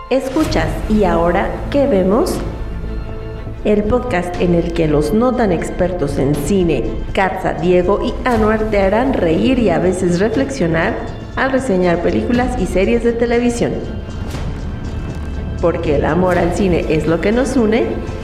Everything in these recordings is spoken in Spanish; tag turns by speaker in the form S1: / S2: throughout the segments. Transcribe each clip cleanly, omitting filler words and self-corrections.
S1: Escuchas ¿Y ahora qué vemos? El podcast en el que los no tan expertos en cine, Katza, Diego y Anwar te harán reír y a veces reflexionar al reseñar películas y series de televisión. Porque el amor al cine es lo que nos une.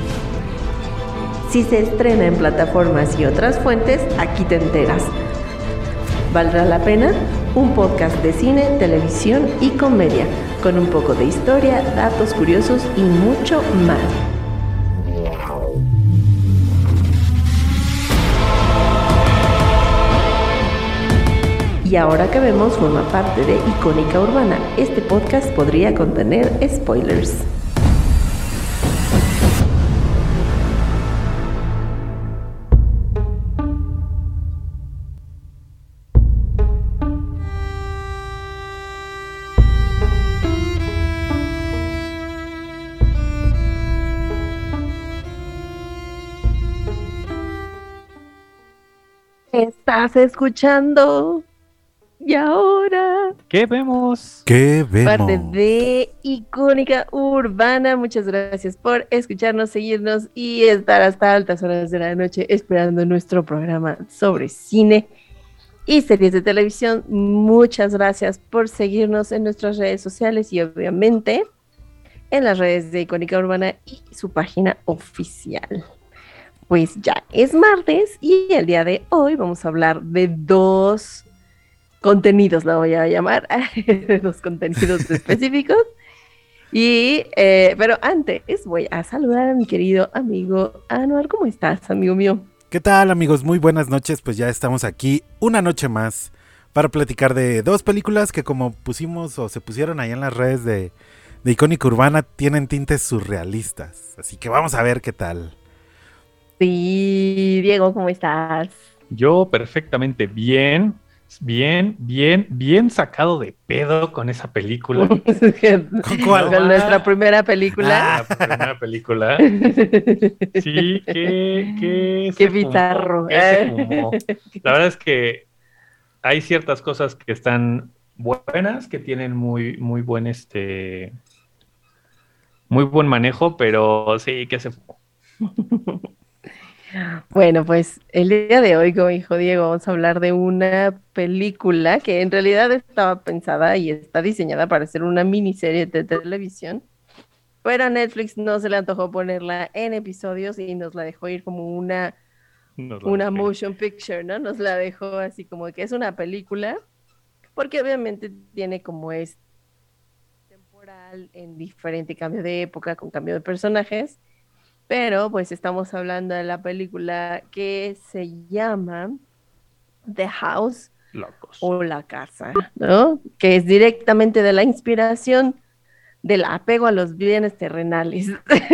S1: Si se estrena en plataformas y otras fuentes, aquí te enteras. ¿Valdrá la pena? Un podcast de cine, televisión y comedia, con un poco de historia, datos curiosos y mucho más. Y ahora que vemos forma parte de Icónica Urbana, este podcast podría contener spoilers. ¿Estás escuchando? Y ahora,
S2: ¿qué vemos?
S3: ¿Qué vemos?
S1: parte de Icónica Urbana. Muchas gracias por escucharnos, seguirnos y estar hasta altas horas de la noche esperando nuestro programa sobre cine y series de televisión. Muchas gracias por seguirnos en nuestras redes sociales y obviamente en las redes de Icónica Urbana y su página oficial. Pues ya es martes y el día de hoy vamos a hablar de dos contenidos, la voy a llamar, dos contenidos específicos. Pero antes voy a saludar a mi querido amigo Anwar. ¿Cómo estás, amigo mío?
S3: ¿Qué tal, amigos? Muy buenas noches. Pues ya estamos aquí una noche más para platicar de dos películas que, como pusimos o se pusieron ahí en las redes de Icónica Urbana, tienen tintes surrealistas. Así que vamos a ver qué tal.
S1: Sí, Diego, ¿cómo estás?
S2: Yo perfectamente bien sacado de pedo con esa película.
S3: ¿Con cuál?
S1: Con nuestra primera película.
S2: La primera película. Sí,
S1: Qué bizarro.
S2: Se fumó. La verdad es que hay ciertas cosas que están buenas, que tienen muy buen muy buen manejo, pero sí que se fumó.
S1: Bueno, pues el día de hoy, como dijo Diego, vamos a hablar de una película que en realidad estaba pensada y está diseñada para ser una miniserie de televisión, pero a Netflix no se le antojó ponerla en episodios y nos la dejó ir como una motion picture, ¿no? Nos la dejó así como que es una película, porque obviamente tiene como es temporal en diferente cambio de época, con cambio de personajes. Pero pues estamos hablando de la película que se llama The House.
S2: Locos.
S1: O La Casa, ¿no? Que es directamente de la inspiración del apego a los bienes terrenales.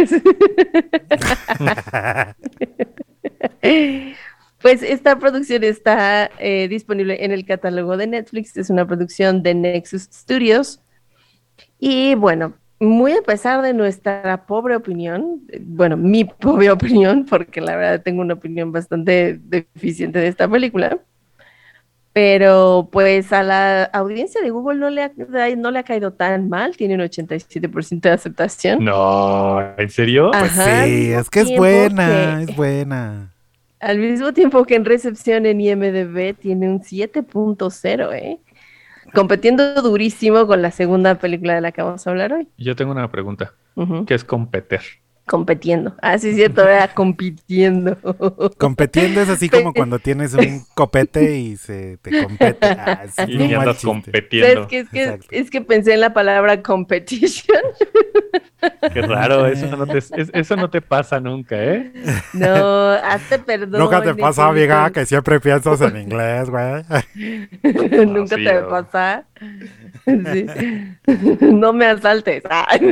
S1: Pues esta producción está disponible en el catálogo de Netflix. Es una producción de Nexus Studios. Y bueno, muy a pesar de nuestra pobre opinión, bueno, mi pobre opinión, porque la verdad tengo una opinión bastante deficiente de esta película, pero pues a la audiencia de Google no le ha caído tan mal, tiene un 87% de aceptación.
S2: No, ¿en serio?
S3: Pues
S1: Ajá,
S3: sí, es que es buena.
S1: Al mismo tiempo que en recepción en IMDb tiene un 7.0, compitiendo durísimo con la segunda película de la que vamos a hablar hoy.
S2: Yo tengo una pregunta.
S1: Uh-huh.
S2: ¿Qué es competir?
S1: Compitiendo. Ah, sí, es cierto, era compitiendo.
S3: Competiendo es así como cuando tienes un copete y se te compete. Ah, sí,
S2: Y andas competiendo.
S1: Es que pensé en la palabra competition.
S2: Qué raro, eso no te pasa nunca, ¿eh?
S1: No, hazte perdón.
S3: Nunca te pasa, amiga, que siempre piensas en inglés, güey.
S1: Nunca te pasa. Sí. No me asaltes.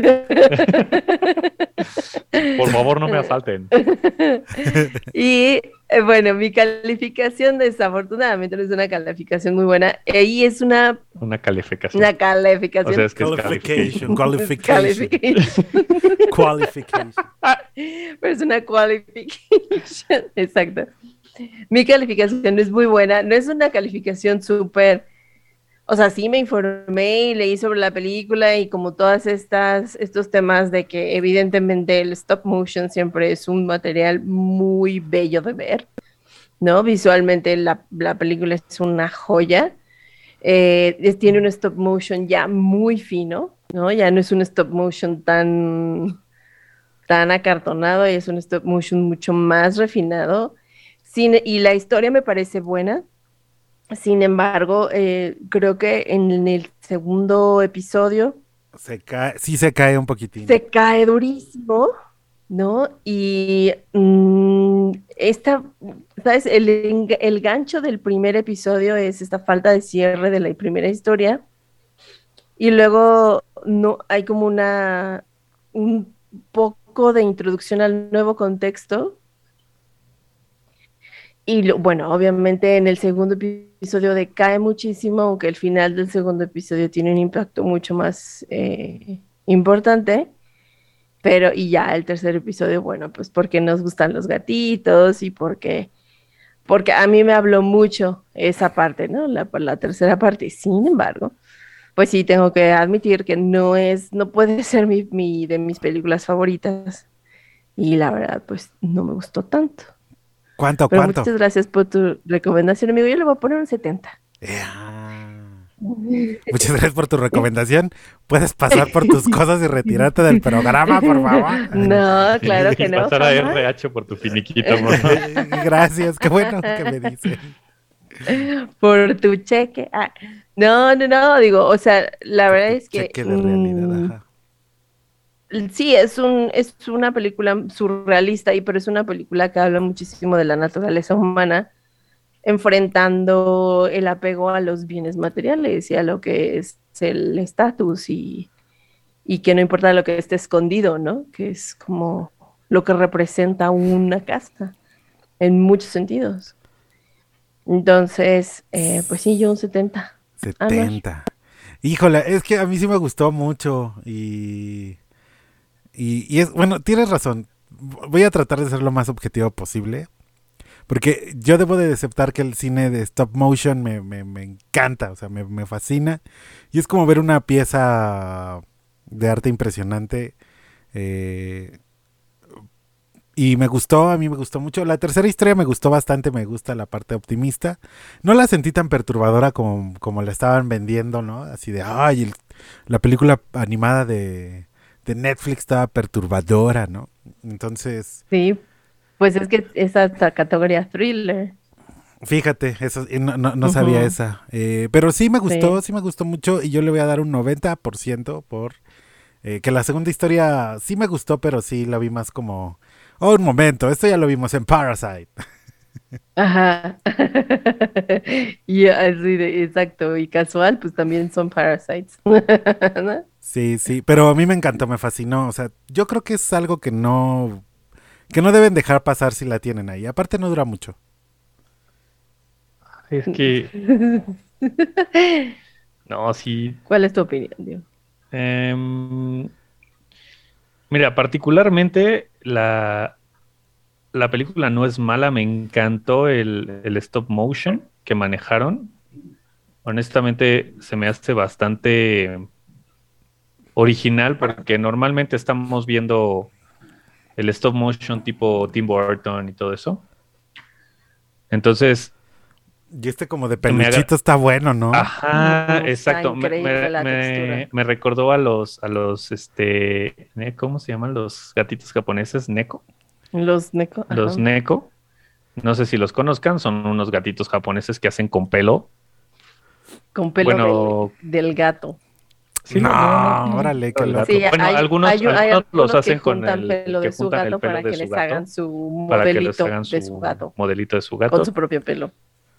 S2: Por favor, no me asalten.
S1: Y bueno, mi calificación desafortunadamente no es una calificación muy buena. Ahí es una
S2: calificación.
S1: Una calificación.
S2: O sea, es que
S3: Qualification.
S1: Pero es una qualification. Exacto. Mi calificación no es muy buena. No es una calificación súper o sea, sí me informé y leí sobre la película y como todas estos temas de que evidentemente el stop motion siempre es un material muy bello de ver, ¿no? Visualmente la película es una joya. Tiene un stop motion ya muy fino, ¿no? Ya no es un stop motion tan acartonado, y es un stop motion mucho más refinado. Y la historia me parece buena. Sin embargo, creo que en el segundo episodio
S3: Sí se cae un poquitín.
S1: se cae durísimo, ¿no? Y ¿sabes? El gancho del primer episodio es esta falta de cierre de la primera historia. Y luego no hay como un poco de introducción al nuevo contexto. Y bueno, obviamente en el segundo episodio decae muchísimo, aunque el final del segundo episodio tiene un impacto mucho más importante. Pero, y ya el tercer episodio, bueno, pues porque nos gustan los gatitos y porque a mí me habló mucho esa parte, ¿no? La tercera parte. Sin embargo, pues sí, tengo que admitir que no puede ser de mis películas favoritas. Y la verdad, pues no me gustó tanto.
S3: ¿Cuánto?
S1: Pero muchas gracias por tu recomendación, amigo. Yo le voy a poner un 70.
S3: Muchas gracias por tu recomendación. ¿Puedes pasar por tus cosas y retirarte del programa, por favor?
S1: No, claro que no.
S2: Pasar a RH por tu finiquito, por favor.
S3: Gracias, qué bueno que me dicen.
S1: Por tu cheque. No, digo, o sea, la verdad es que
S3: cheque de realidad, ajá.
S1: Sí, es una película surrealista, pero es una película que habla muchísimo de la naturaleza humana, enfrentando el apego a los bienes materiales y a lo que es el estatus y que no importa lo que esté escondido, ¿no? Que es como lo que representa una casa en muchos sentidos. Entonces, pues sí, yo un 70.
S3: 70. Híjole, es que a mí sí me gustó mucho y es, bueno, tienes razón. Voy a tratar de ser lo más objetivo posible. Porque yo debo de aceptar que el cine de stop motion me encanta, o sea, me fascina. Y es como ver una pieza de arte impresionante. Y a mí me gustó mucho. La tercera historia me gustó bastante, me gusta la parte optimista. No la sentí tan perturbadora como la estaban vendiendo, ¿no? Así de, ay, la película animada de Netflix estaba perturbadora, ¿no? Entonces...
S1: Sí, pues es que es hasta categoría thriller.
S3: Fíjate, eso, no sabía esa. Pero sí me gustó mucho y yo le voy a dar un 90% por que la segunda historia sí me gustó, pero sí la vi más como... Oh, un momento, esto ya lo vimos en Parasite.
S1: Ajá. Y así exacto, y casual, pues también son Parasites. ¿No?
S3: Sí, pero a mí me encantó, me fascinó. O sea, yo creo que es algo que no deben dejar pasar si la tienen ahí. Aparte no dura mucho.
S2: Es que... No, sí.
S1: ¿Cuál es tu opinión, Diego?
S2: Mira, particularmente la película no es mala, me encantó el stop motion que manejaron. Honestamente, se me hace bastante original porque normalmente estamos viendo el stop motion tipo Tim Burton y todo eso. Entonces...
S3: Y como de peluchito está bueno, ¿no?
S2: Ajá, exacto.
S1: Me
S2: recordó a los, ¿cómo se llaman los gatitos japoneses? ¿Neko?
S1: Los Neko.
S2: Los Neko. No sé si los conozcan, son unos gatitos japoneses que hacen con pelo.
S1: Con pelo del gato.
S3: Sí, no, órale, qué loco.
S1: Sí,
S2: bueno,
S1: hay
S2: algunos
S1: los
S2: hacen
S1: con
S2: el
S1: pelo de su gato para que les hagan su modelito de su gato.
S2: Modelito de su gato.
S1: Con su propio pelo.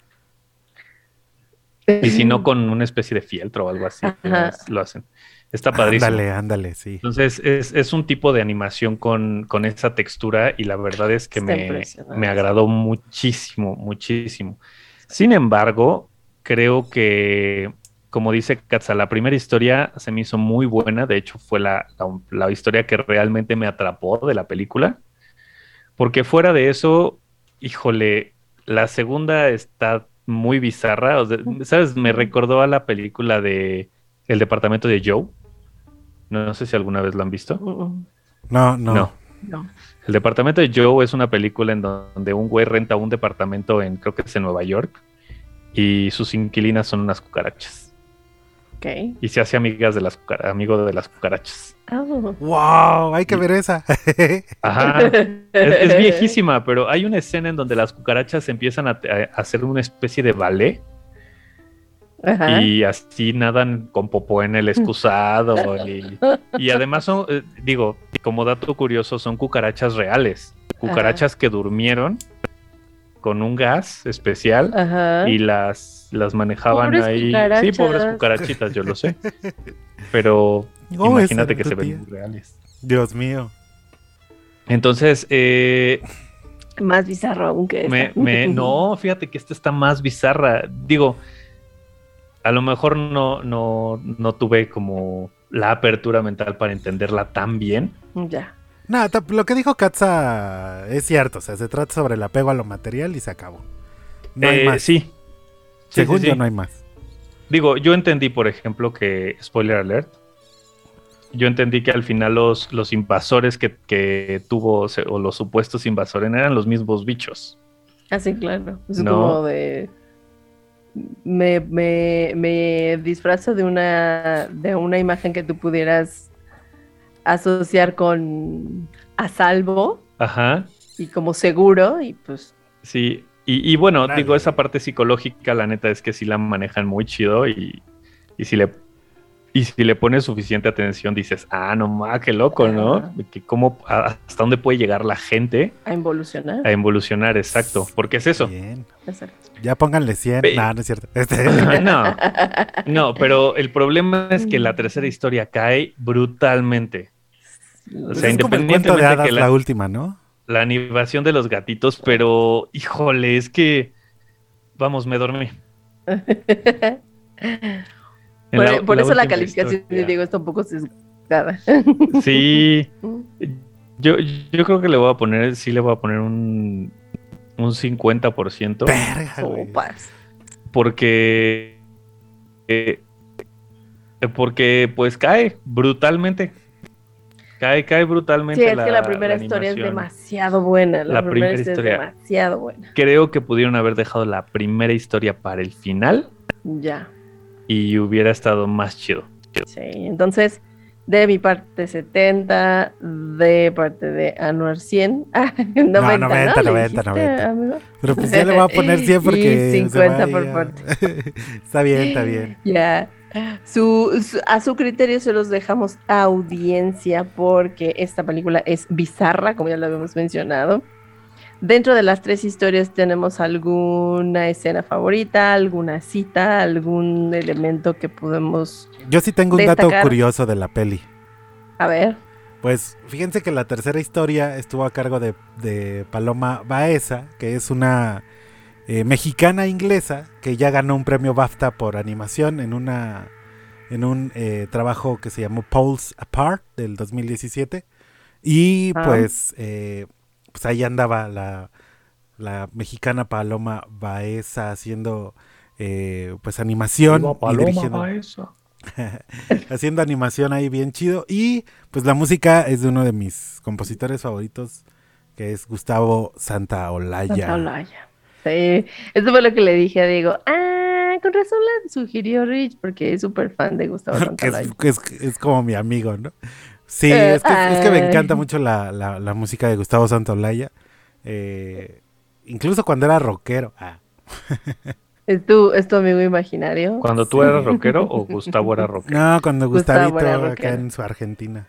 S2: Y si no, con una especie de fieltro o algo así, lo hacen. Está padrísimo.
S3: Ándale, sí.
S2: Entonces, es un tipo de animación con esa textura y la verdad es que me agradó muchísimo, muchísimo. Sin embargo, creo que, como dice Katza, la primera historia se me hizo muy buena. De hecho, fue la historia que realmente me atrapó de la película. Porque fuera de eso, híjole, la segunda está muy bizarra. O sea, ¿sabes? Me recordó a la película de El departamento de Joe. No sé si alguna vez lo han visto.
S3: No.
S2: No. El departamento de Joe es una película en donde un güey renta un departamento creo que es en Nueva York, y sus inquilinas son unas cucarachas.
S1: Ok.
S2: Y se hace amigo de las cucarachas.
S1: Oh.
S3: ¡Wow! Hay que ver esa.
S2: Ajá. Es viejísima, pero hay una escena en donde las cucarachas empiezan a hacer una especie de ballet.
S1: Ajá.
S2: Y así nadan con popó en el excusado. Y además son, digo, como dato curioso, son cucarachas reales. Cucarachas que durmieron con un gas especial.
S1: Ajá.
S2: Y las manejaban
S1: Pobres
S2: ahí.
S1: cucarachas.
S2: Sí, pobres cucarachitas, yo lo sé. Pero imagínate que se ven muy reales.
S3: Dios mío.
S2: Entonces,
S1: más bizarro aún que esta.
S2: no, fíjate que esta está más bizarra. Digo, a lo mejor no tuve como la apertura mental para entenderla tan bien.
S1: Ya.
S3: No, lo que dijo Katza es cierto. O sea, se trata sobre el apego a lo material y se acabó. No hay más.
S2: Sí.
S3: Según
S2: Sí.
S3: yo, no hay más.
S2: Digo, yo entendí, por ejemplo, que, spoiler alert, yo entendí que al final los invasores que tuvo, o los supuestos invasores, eran los mismos bichos.
S1: Así, claro. Es
S2: No.
S1: como de... Me disfrazo de una imagen que tú pudieras asociar con a salvo.
S2: Ajá.
S1: Y como seguro, y pues...
S2: Sí, y bueno,
S3: Órale.
S2: digo, esa parte psicológica, la neta es que sí la manejan muy chido, y si le pones suficiente atención, dices, no ma, qué loco, ¿no?
S1: Ajá.
S2: Que hasta dónde puede llegar la gente
S1: A involucionar.
S2: a evolucionar, exacto, porque es eso.
S3: Bien.
S1: Exacto.
S3: Ya pónganle 100. No, no es cierto.
S2: No, pero el problema es que la tercera historia cae brutalmente. O
S3: Pues
S2: sea,
S3: es como el cuento de
S2: independientemente
S3: hadas,
S2: que
S3: la última, ¿no?
S2: la animación de los gatitos, pero híjole, es que, vamos, me dormí.
S1: Por eso la
S2: última
S1: calificación
S2: historia.
S1: de Diego está un poco sesgada.
S2: Sí, yo creo que le voy a poner un 50%,
S3: Verga, güey.
S1: Sopas.
S2: porque pues cae brutalmente. Cae brutalmente.
S1: Sí, es que la primera historia es
S2: animación.
S1: demasiado buena. La primera
S2: historia.
S1: es demasiado buena.
S2: Creo que pudieron haber dejado la primera historia para el final
S1: Ya.
S2: y hubiera estado más chido.
S1: Sí, entonces, de mi parte 70, de parte de Anuar 100. 90,
S3: 90,
S1: ¿Le
S3: 90,
S1: dijiste,
S3: 90.
S1: amigo?
S3: Pero pues ya le voy a poner 100 porque...
S1: Y 50 por
S3: vaya.
S1: parte.
S3: Está bien.
S1: Ya. A su criterio se los dejamos a audiencia porque esta película es bizarra, como ya lo habíamos mencionado. Dentro de las tres historias tenemos alguna escena favorita, alguna cita, algún elemento que podemos...
S3: Yo sí tengo un dato
S1: destacar.
S3: curioso de la peli.
S1: A ver.
S3: Pues fíjense que la tercera historia estuvo a cargo de Paloma Baeza, que es una mexicana inglesa que ya ganó un premio BAFTA por animación en un trabajo que se llamó Poles Apart del 2017. Y pues ahí andaba la mexicana Paloma Baeza haciendo pues animación y dirigiendo. Haciendo animación ahí bien chido. Y pues la música es de uno de mis compositores favoritos, que es Gustavo Santaolalla.
S1: Santaolalla. Sí, eso fue lo que le dije a Diego. Con razón la sugirió Rich, porque es súper fan de Gustavo Santaolalla.
S3: es como mi amigo, ¿no? Sí, es que me encanta mucho la música de Gustavo Santaolalla. Incluso cuando era rockero.
S1: ¿Es tu amigo imaginario?
S2: ¿Cuando tú eras rockero o Gustavo era rockero?
S3: No, cuando
S1: Gustavo era
S3: Gustavito
S1: rockero.
S3: acá en su Argentina.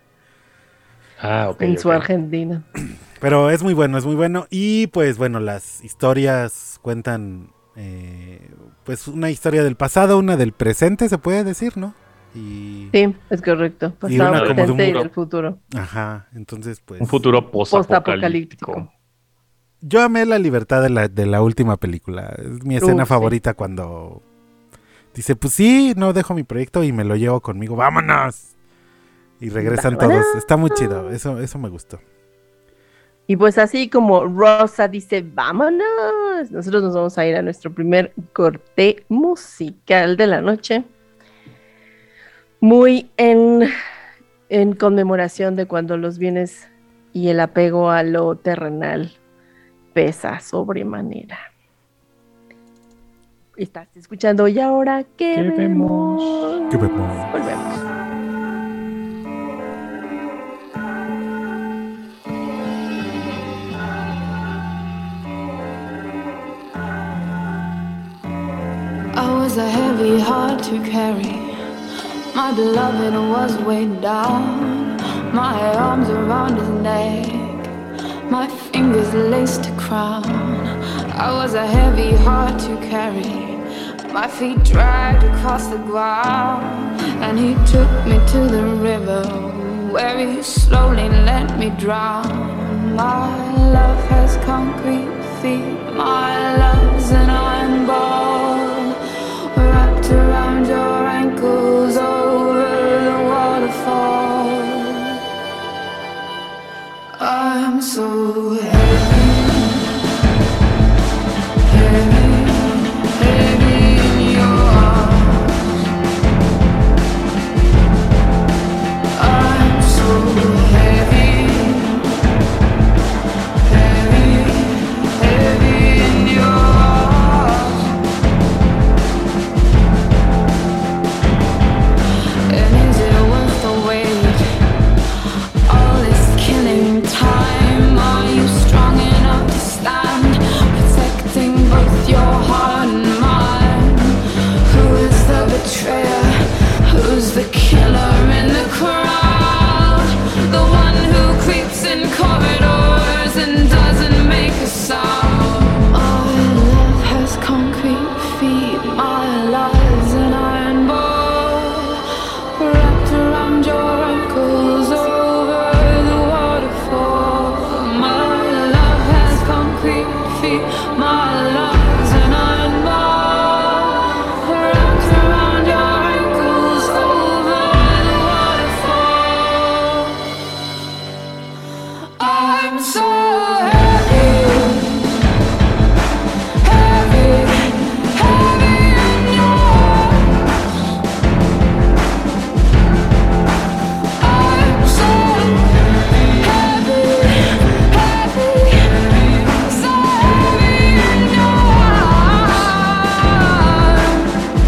S2: Ok.
S1: En su Argentina.
S3: Pero es muy bueno. Y pues bueno, las historias cuentan pues una historia del pasado, una del presente, se puede decir, ¿no?
S1: Sí, es correcto.
S3: Y una
S1: Pasado,
S3: como de un
S1: presente y
S2: muro.
S1: del futuro.
S3: Ajá, entonces pues...
S2: Un futuro
S1: Postapocalíptico.
S2: post-apocalíptico.
S3: Yo amé la libertad de la última película. Es mi escena
S1: Sí.
S3: favorita cuando dice, pues sí, no dejo mi proyecto y me lo llevo conmigo. ¡Vámonos! Y regresan
S1: ¡Vámonos!
S3: todos. Está muy chido. Eso me gustó.
S1: Y pues así como Rosa dice, vámonos, nosotros nos vamos a ir a nuestro primer corte musical de la noche. Muy en conmemoración de cuando los bienes y el apego a lo terrenal pesa sobremanera. Estás escuchando y ahora ¿qué vemos?
S3: ¿Qué vemos?
S1: Volvemos.
S4: I was a heavy heart to carry. My beloved was weighed down. My arms around his neck, my fingers laced a crown. I was a heavy heart to carry. My feet dragged across the ground, and he took me to the river, where he slowly let me drown. My love has concrete feet. My love's an iron ball wrapped around your ankles over the waterfall. I'm so heavy, heavy, heavy in your arms. I'm so heavy, heavy, heavy in your arms. And is it worth the wait? All this killing time. Are you strong enough to stand, protecting both your heart and mind? Who is the betrayer? Who's the killer in the crowd? The one who creeps in corridors and doesn't make a sound. My love has concrete feet. My love's an iron ball wrapped around your ankles over the waterfall. My love has concrete feet. My love's an iron ball wrapped around your ankles over the waterfall. I'm so heavy, heavy, heavy in your arms. I'm so heavy, heavy, so heavy in your arms.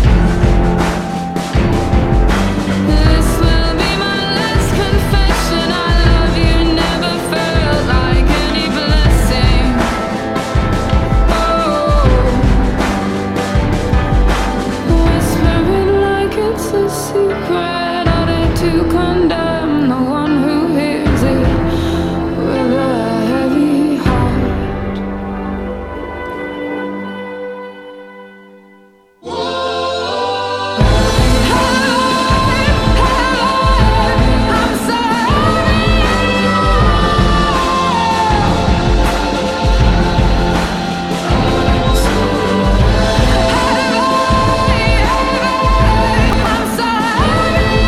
S4: This will be my last confession. I love you, never felt like any blessing. Oh, whispering like it's a secret, uttered to condemn the one who hears it with a heavy heart. I'm sorry.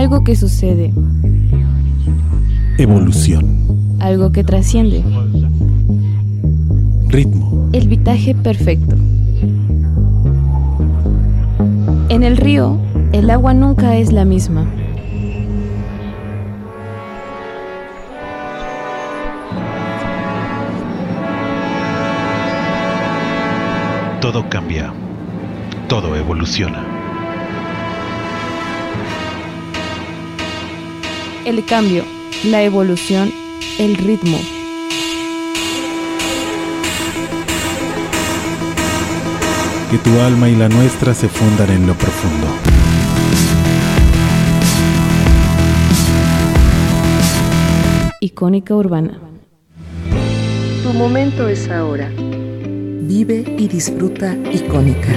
S5: Algo que sucede,
S3: Evolución.
S5: algo que trasciende,
S3: Ritmo.
S5: el vitaje perfecto. En el río, el agua nunca es la misma.
S6: Todo cambia, todo evoluciona.
S5: El cambio, la evolución, el ritmo.
S3: Que tu alma y la nuestra se fundan en lo profundo.
S5: Icónica Urbana.
S7: Tu momento es ahora. Vive y disfruta Icónica.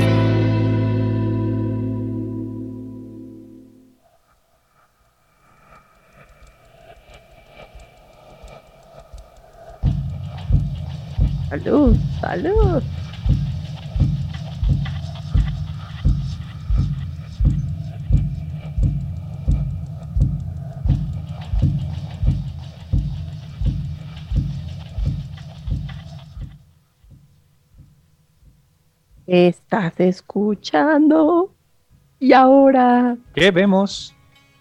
S1: Salud, salud. ¿Estás escuchando? Y ahora.
S2: ¿Qué vemos?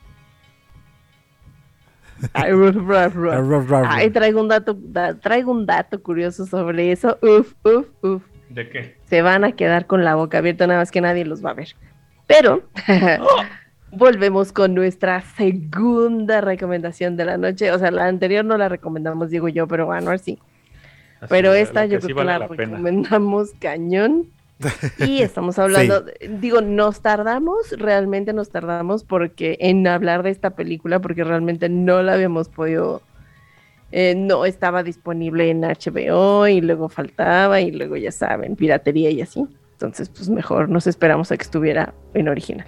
S1: Ay, traigo un dato curioso sobre eso. Uf.
S2: ¿De qué?
S1: Se van a quedar con la boca abierta, nada más que nadie los va a ver. Pero volvemos con nuestra segunda recomendación de la noche. O sea, la anterior no la recomendamos, digo yo, pero bueno, ahora sí.
S2: Así,
S1: Pero
S2: la
S1: esta
S2: que
S1: yo
S2: sí
S1: creo que
S2: vale
S1: la
S2: la pena.
S1: recomendamos cañón. Y estamos hablando, digo, realmente nos tardamos en hablar de esta película, porque realmente no la habíamos podido, no estaba disponible en HBO y luego faltaba y luego ya saben, piratería y así. Entonces, pues mejor nos esperamos a que estuviera en original.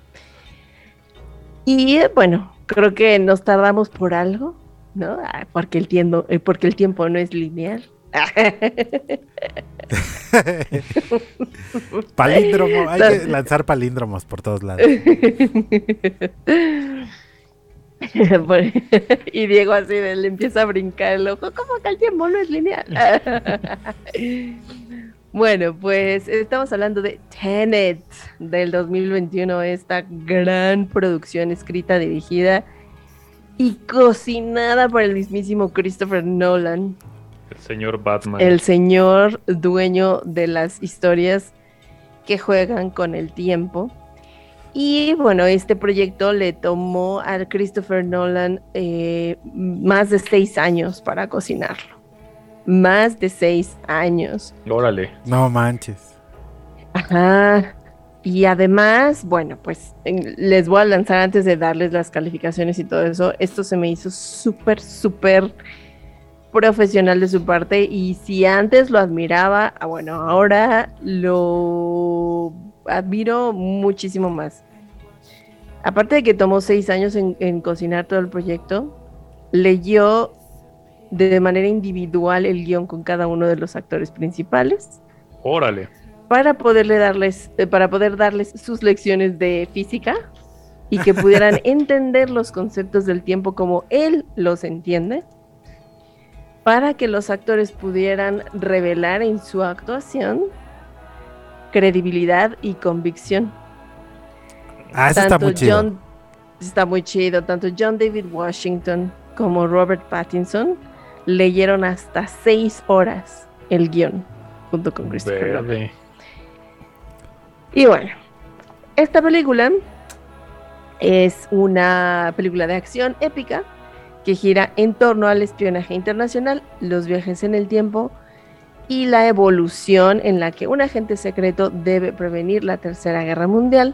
S1: Y bueno, creo que nos tardamos por algo, ¿no? Porque el tiempo no es lineal.
S3: Palíndromo, hay que lanzar palíndromos por todos lados.
S1: Y Diego así le empieza a brincar el ojo, ¿cómo que el tiempo no es lineal? Bueno, pues estamos hablando de Tenet del 2021, esta gran producción escrita, dirigida y cocinada por el mismísimo Christopher Nolan.
S2: El señor Batman.
S1: El señor dueño de las historias que juegan con el tiempo. Y bueno, este proyecto le tomó a Christopher Nolan más de 6 años para cocinarlo. Más de 6 años.
S2: Órale.
S3: No manches.
S1: Ajá. Y además, bueno, pues les voy a lanzar antes de darles las calificaciones y todo eso. Esto se me hizo súper profesional de su parte, y si antes lo admiraba, bueno, ahora lo admiro muchísimo más. Aparte de que tomó 6 años en cocinar todo el proyecto, leyó de manera individual el guión con cada uno de los actores principales.
S2: Órale.
S1: Para poder darles sus lecciones de física y que pudieran entender los conceptos del tiempo como él los entiende, para que los actores pudieran revelar en su actuación credibilidad y convicción.
S3: Eso está muy chido.
S1: Está muy chido. Tanto John David Washington como Robert Pattinson leyeron hasta 6 horas el guión junto con Christopher Nolan. Y bueno, esta película es una película de acción épica que gira en torno al espionaje internacional, los viajes en el tiempo y la evolución en la que un agente secreto debe prevenir la Tercera Guerra Mundial.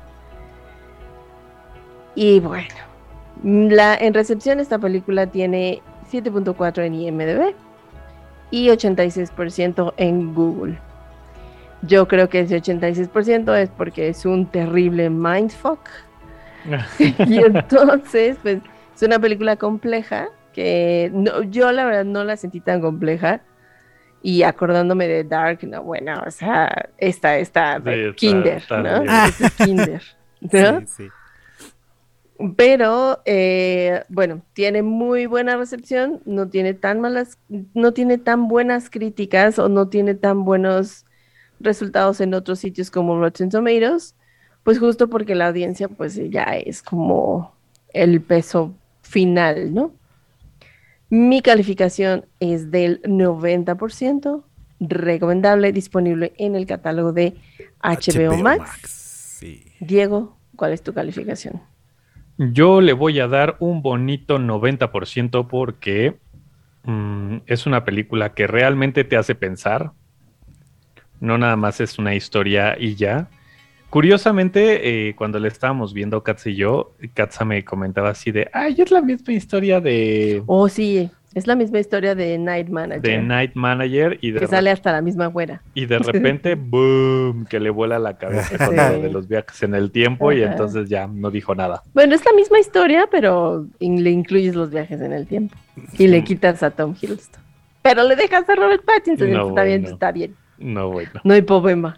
S1: Y bueno, en recepción esta película tiene 7.4 en IMDb y 86% en Google. Yo creo que ese 86% es porque es un terrible mindfuck. Y entonces, pues, es una película compleja que yo la verdad no la sentí tan compleja, y acordándome de Dark, no, bueno, o sea, esta de Kinder, ¿no? Es Kinder, ¿no?
S3: Sí.
S1: Pero, bueno, tiene muy buena recepción, no tiene no tiene tan buenas críticas o no tiene tan buenos resultados en otros sitios como Rotten Tomatoes, pues justo porque la audiencia pues ya es como el peso final, ¿no? Mi calificación es del 90%, recomendable, disponible en el catálogo de HBO Max.
S3: Sí.
S1: Diego, ¿cuál es tu calificación?
S2: Yo le voy a dar un bonito 90% porque es una película que realmente te hace pensar. No nada más es una historia y ya. Curiosamente, cuando le estábamos viendo Katza y yo, Katza me comentaba así de, ay, es la misma historia de
S1: Oh, sí, es la misma historia de Night Manager,
S2: Night Manager y
S1: que sale hasta la misma güera.
S2: y de repente, boom, que le vuela la cabeza con
S1: Sí.
S2: lo de los viajes en el tiempo y
S1: Ajá.
S2: entonces ya no dijo nada.
S1: Bueno, es la misma historia, pero le incluyes los viajes en el tiempo y le quitas a Tom Hiddleston. Pero le dejas a Robert Pattinson,
S2: No,
S1: está bien,
S2: bueno.
S1: está bien.
S2: No, bueno.
S1: No hay problema.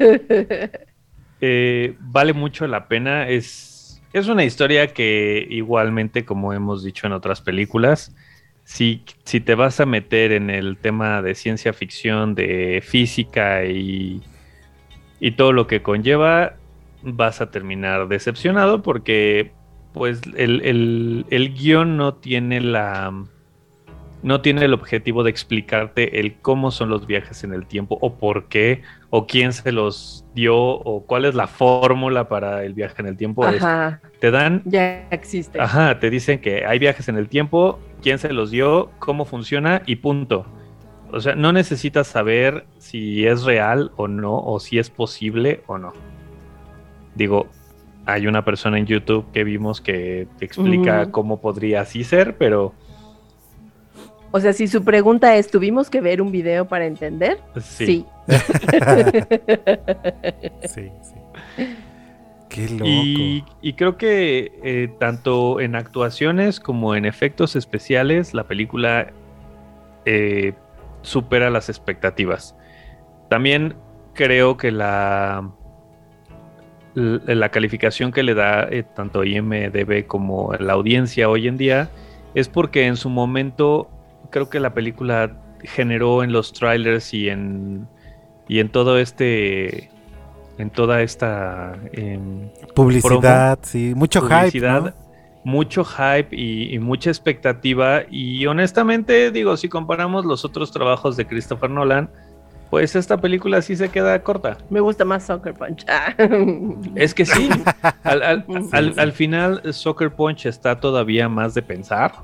S2: Vale mucho la pena. Es una historia que igualmente, como hemos dicho en otras películas, si te vas a meter en el tema de ciencia ficción, de física y todo lo que conlleva, vas a terminar decepcionado porque pues el guión no tiene el objetivo de explicarte el cómo son los viajes en el tiempo o por qué o quién se los dio o cuál es la fórmula para el viaje en el tiempo.
S1: Ajá,
S2: Te dan,
S1: ya existe.
S2: ajá, te dicen que hay viajes en el tiempo, quién se los dio, cómo funciona y punto. O sea, no necesitas saber si es real o no, o si es posible o no. Digo, hay una persona en YouTube que vimos que te explica cómo podría así ser, pero
S1: O sea, si su pregunta es, ¿tuvimos que ver un video para entender?
S2: sí.
S3: Sí, sí. Qué loco.
S2: Y creo que tanto en actuaciones como en efectos especiales, la película supera las expectativas. También creo que la calificación que le da tanto IMDb como la audiencia hoy en día es porque en su momento creo que la película generó en los trailers y en todo en toda esta
S3: Publicidad, sí. Mucho
S2: publicidad,
S3: hype, ¿no?
S2: mucho hype y mucha expectativa. Y honestamente, digo, si comparamos los otros trabajos de Christopher Nolan, pues esta película sí se queda corta.
S1: Me gusta más Sucker Punch.
S2: Es que sí, al final Sucker Punch está todavía más de pensar.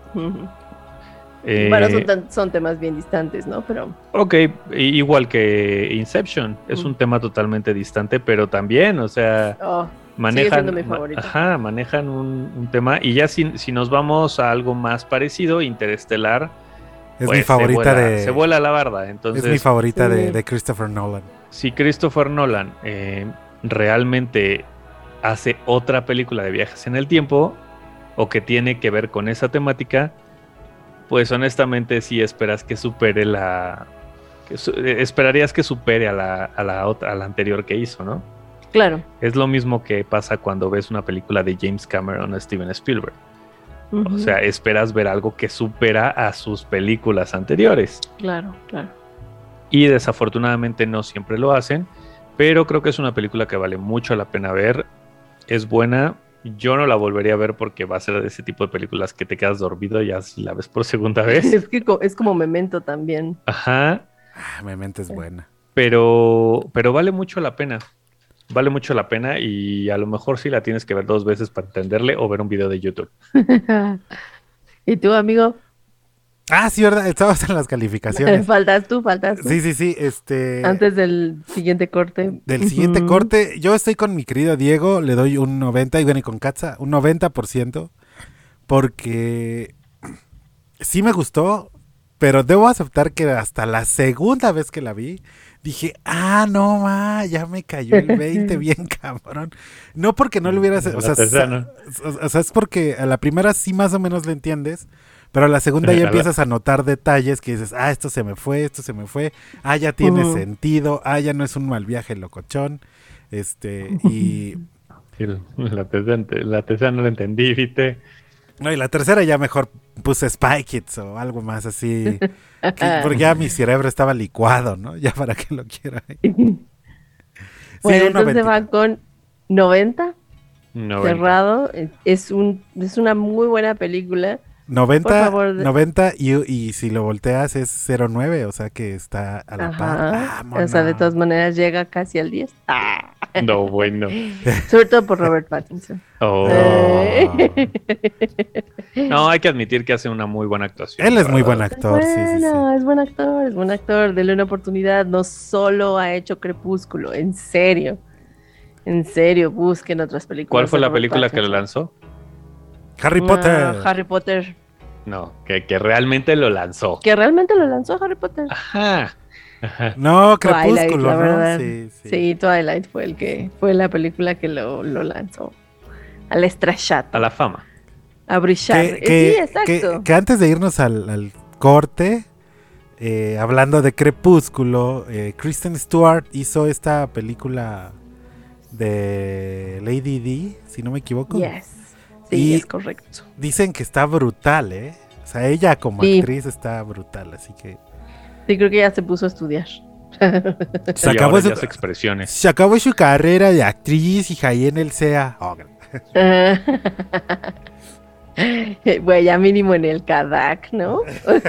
S1: Bueno, son temas bien distantes, ¿no? Pero
S2: Ok, igual que Inception, es un tema totalmente distante, pero también, o sea,
S1: sigue siendo mi favorito.
S2: manejan un tema. Y ya si nos vamos a algo más parecido, Interestelar,
S3: Es
S2: pues
S3: mi favorita
S2: se vuela la barda. Entonces,
S3: es mi favorita
S1: sí.
S3: de Christopher Nolan.
S2: si Christopher Nolan realmente hace otra película de viajes en el tiempo o que tiene que ver con esa temática, pues honestamente sí esperas que supere esperarías que supere a la anterior que hizo, ¿no?
S1: Claro.
S2: Es lo mismo que pasa cuando ves una película de James Cameron o Steven Spielberg. O sea, esperas ver algo que supera a sus películas anteriores.
S1: Claro, claro.
S2: Y desafortunadamente no siempre lo hacen, pero creo que es una película que vale mucho la pena ver. Es buena. Yo no la volvería a ver porque va a ser de ese tipo de películas que te quedas dormido ya si la ves por segunda vez.
S1: Es que es como Memento también.
S2: Ajá.
S3: Memento es buena.
S2: Pero vale mucho la pena. Vale mucho la pena y a lo mejor sí la tienes que ver 2 veces para entenderle o ver un video de YouTube.
S1: ¿Y tú, amigo?
S3: Ah, sí, ¿verdad? Estabas en las calificaciones.
S1: Faltas tú.
S3: Sí.
S1: Antes del siguiente corte.
S3: Del siguiente corte, yo estoy con mi querido Diego, le doy un 90, y bueno, y con Katza, un 90%, porque sí me gustó, pero debo aceptar que hasta la segunda vez que la vi, dije, no, ya me cayó el 20 bien cabrón. No porque no lo hubieras, o sea, es porque a la primera sí más o menos le entiendes, pero a la segunda ya empiezas a notar detalles que dices, esto se me fue, ya tiene sentido, ya no es un mal viaje locochón, y
S2: Sí, la tercera no la entendí, ¿viste?
S3: No, y la tercera ya mejor puse Spy Kids o algo más así. Porque ya mi cerebro estaba licuado, ¿no? Ya para qué lo quiero ahí. Sí,
S1: Bueno,
S3: un
S1: entonces
S3: 90.
S1: va con 90,
S2: 90.
S1: cerrado. Es una muy buena película.
S3: 90,
S1: Por favor,
S3: 90 y si lo volteas es 09, o sea que está a la par.
S1: Ajá.
S3: Vámonos.
S1: O sea, de todas maneras llega casi al 10. Ah.
S2: No, bueno.
S1: Sobre todo por Robert Pattinson.
S2: Oh.
S1: Eh.
S2: No, hay que admitir que hace una muy buena actuación.
S3: Él es
S2: la
S3: muy
S2: verdad.
S3: buen actor, sí, sí, sí.
S1: Bueno, es buen actor, es buen actor. Dele una oportunidad. No solo ha hecho Crepúsculo, en serio. En serio, busquen otras películas.
S2: ¿Cuál fue
S1: de
S2: la
S1: Robert
S2: película que lo
S1: Pattinson.
S2: lanzó?
S3: Harry Potter.
S1: Harry Potter.
S2: No, que realmente lo lanzó.
S1: Que realmente lo lanzó Harry Potter.
S2: Ajá. Ajá.
S3: No,
S1: Twilight,
S3: Crepúsculo,
S1: la
S3: ¿no?
S1: verdad.
S3: Sí, sí.
S1: Sí, Twilight fue la película que lo lanzó. Al estrachat,
S2: A la fama.
S1: a brillar.
S3: Que,
S1: Sí, exacto.
S3: que antes de irnos al corte, hablando de Crepúsculo, Kristen Stewart hizo esta película de Lady D, si no me equivoco.
S1: Yes. Sí,
S3: Y-
S1: es correcto.
S3: Dicen que está brutal, ¿eh? O sea, ella como
S1: Sí.
S3: actriz está brutal, así que...
S1: Sí, creo que ya se puso a estudiar.
S3: Se
S2: Y
S3: acabó,
S2: ahora
S3: su,
S2: ya hace expresiones.
S3: se acabó su carrera de actriz, hija, ahí en el CEA. Oh,
S1: Bueno, ya mínimo en el Kadak, ¿no?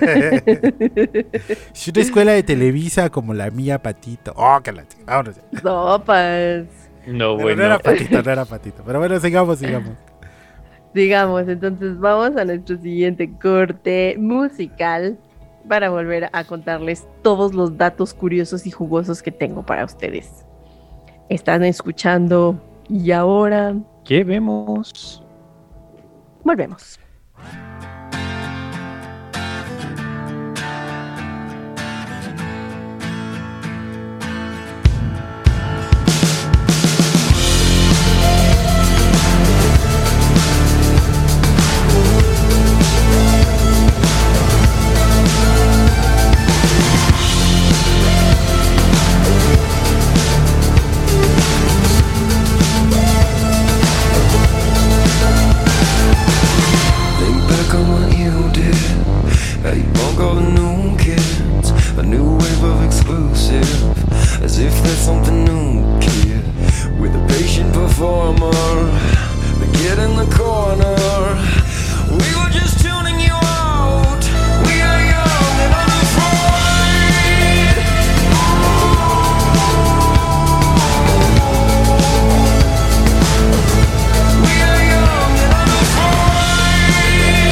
S3: es una escuela de Televisa como la mía, Patito. Oh, que la ch- vámonos.
S1: Sopas.
S2: No,
S3: Pero
S2: bueno.
S3: no era Patito, no era Patito. Pero bueno, sigamos.
S1: Digamos, entonces vamos a nuestro siguiente corte musical para volver a contarles todos los datos curiosos y jugosos que tengo para ustedes. Están escuchando y ahora
S2: ¿Qué vemos?
S1: volvemos.
S8: Think back on what you did. How you bunk all the new kids. A new wave of exclusive. As if there's something new, kid. With a patient performer. The kid in the corner. We were just tuning you out. We are young and unafraid. We are young and unafraid.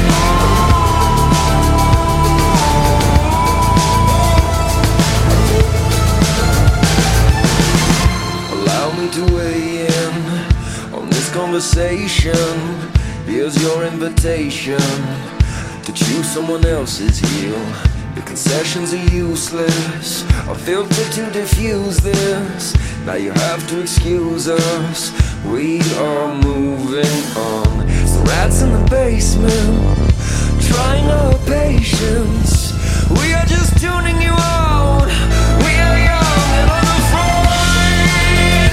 S8: Allow me to weigh in on this conversation. Here's your invitation to choose someone else's heel. Your concessions are useless, a filter to diffuse this. Now you have to excuse us. We are moving on. So rats in the basement, trying our patience. We are just tuning you out. We are young and unafraid.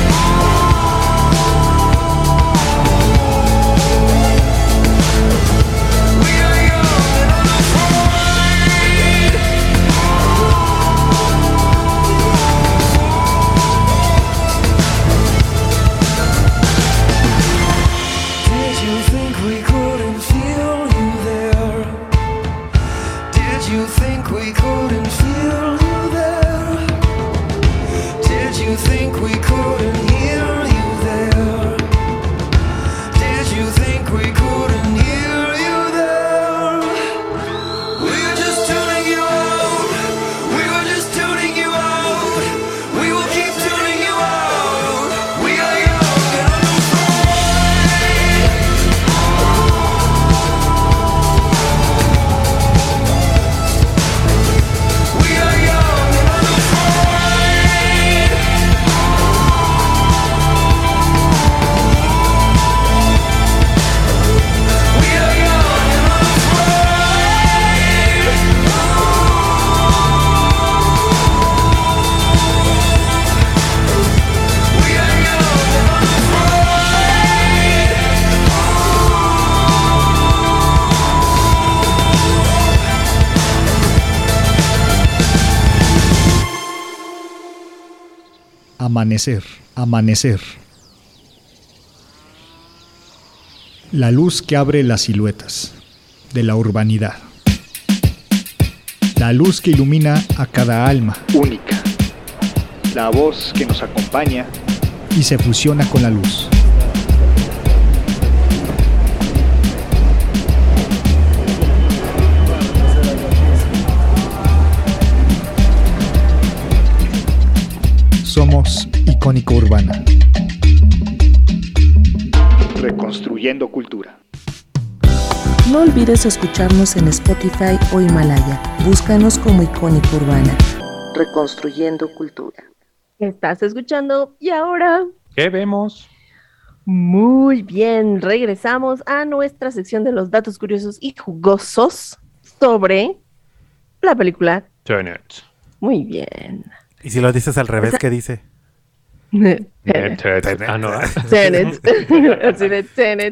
S8: We are young and unafraid. Did you think we couldn't feel
S9: Amanecer, amanecer. La luz que abre las siluetas de la urbanidad. La luz que ilumina a cada alma. Única. La voz que nos acompaña y se fusiona con la luz. Somos Icónica Urbana. Reconstruyendo cultura.
S7: No olvides escucharnos en Spotify o Himalaya. Búscanos como Icónica Urbana. Reconstruyendo cultura.
S1: Estás escuchando y ahora...
S2: ¿Qué vemos?
S1: Muy bien, regresamos a nuestra sección de los datos curiosos y jugosos sobre la película
S2: Tenet.
S1: Muy bien.
S3: Y si lo dices al revés, ¿qué dice?
S1: Tenet.
S2: Ah, no.
S1: Tenet. Así de Tenet.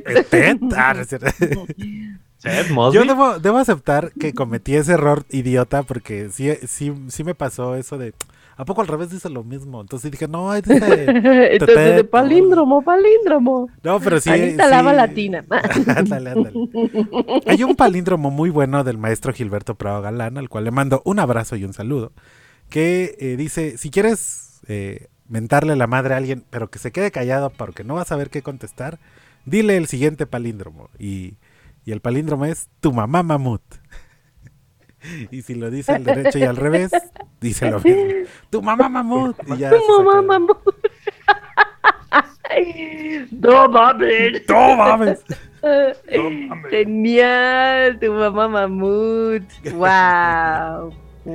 S2: Ted Mosby.
S3: Yo debo aceptar que cometí ese error idiota porque sí me pasó eso de... ¿A poco al revés dice lo mismo? Entonces dije, no, es
S1: Entonces de palíndromo.
S3: No, pero sí.
S1: Anita Lava Latina.
S3: Ándale. Hay un palíndromo muy bueno del maestro Gilberto Prado Galán, al cual le mando un abrazo y un saludo, que dice, si quieres mentarle la madre a alguien, pero que se quede callado porque no va a saber qué contestar, dile el siguiente palíndromo. Y el palíndromo es tu mamá mamut. Y si lo dice al derecho y al revés, dice lo mismo. Tu mamá mamut. Y ya
S1: tu mamá mamut. No mames. Genial, tu mamá mamut. Wow.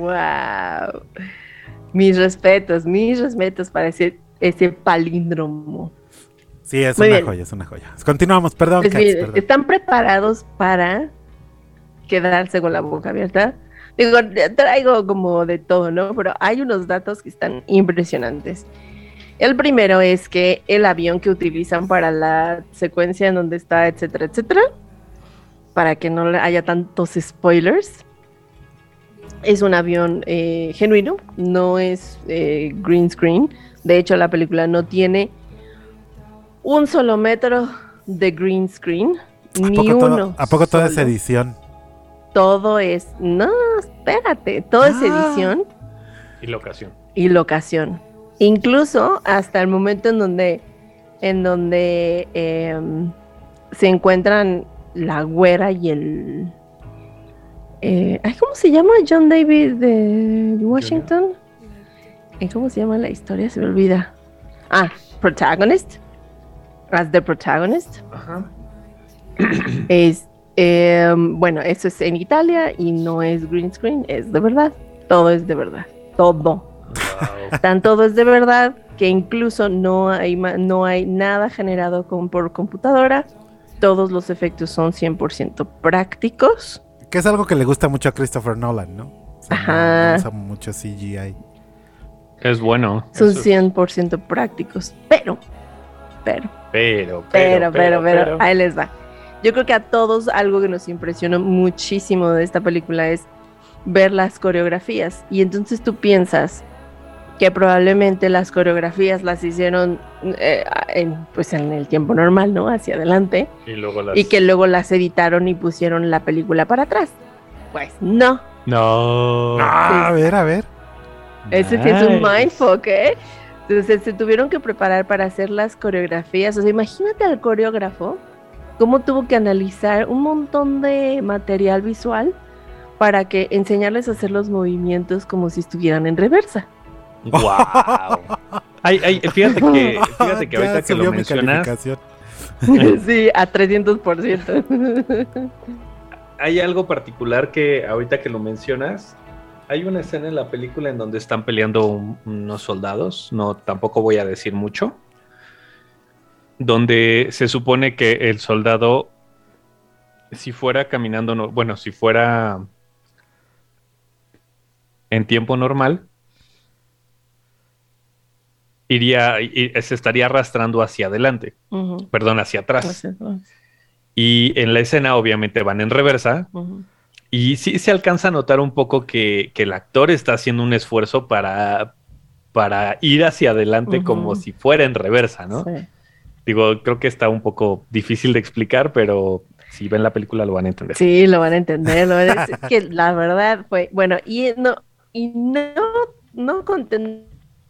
S1: Mis respetos para ese palíndromo.
S3: Sí, es una joya. Continuamos, perdón.
S1: Pues
S3: Katz,
S1: bien,
S3: perdón.
S1: ¿están preparados para quedarse con la boca abierta? Digo, traigo como de todo, ¿no? Pero hay unos datos que están impresionantes. El primero es que el avión que utilizan para la secuencia en donde está, etcétera, para que no haya tantos spoilers, es un avión genuino, no es green screen. De hecho, la película no tiene un solo metro de green screen,
S3: ¿A poco toda esa edición?
S1: Todo es... No, espérate. Todo es edición. Y locación. Incluso hasta el momento en donde se encuentran la güera y el... ¿cómo se llama? John David de Washington. ¿Cómo se llama la historia? Se me olvida. Protagonist. As the protagonist.
S2: Ajá.
S1: Bueno, eso es en Italia y no es green screen, es de verdad. Todo es de verdad. Todo.
S2: Wow.
S1: Todo es de verdad que incluso no hay nada generado por computadora. Todos los efectos son 100% prácticos.
S3: Que es algo que le gusta mucho a Christopher Nolan, ¿no? O sea,
S1: Ajá.
S3: no usa mucho CGI.
S2: Es bueno.
S1: Son 100% prácticos. Pero, ahí les va. Yo creo que a todos algo que nos impresionó muchísimo de esta película es ver las coreografías. Y entonces tú piensas que probablemente las coreografías las hicieron en el tiempo normal, ¿no? Hacia adelante. Y que luego las editaron y pusieron la película para atrás. Pues no.
S2: No.
S3: A ver.
S1: Ese sí es un mindfuck, ¿eh? Entonces se tuvieron que preparar para hacer las coreografías. O sea, imagínate al coreógrafo cómo tuvo que analizar un montón de material visual para que enseñarles a hacer los movimientos como si estuvieran en reversa.
S2: Wow. Fíjate que ahorita que lo mencionas,
S1: sí, a 300%.
S2: Hay algo particular que ahorita que lo mencionas, hay una escena en la película en donde están peleando unos soldados, no, tampoco voy a decir mucho, donde se supone que el soldado, si fuera caminando, si fuera en tiempo normal, se estaría arrastrando hacia adelante, hacia atrás. Y en la escena obviamente van en reversa, y sí se alcanza a notar un poco que el actor está haciendo un esfuerzo para para ir hacia adelante como si fuera en reversa, ¿no?
S1: Sí.
S2: Digo, creo que está un poco difícil de explicar, pero si ven la película lo van a entender.
S1: Sí, lo van a entender. Es que la verdad fue, bueno, no contento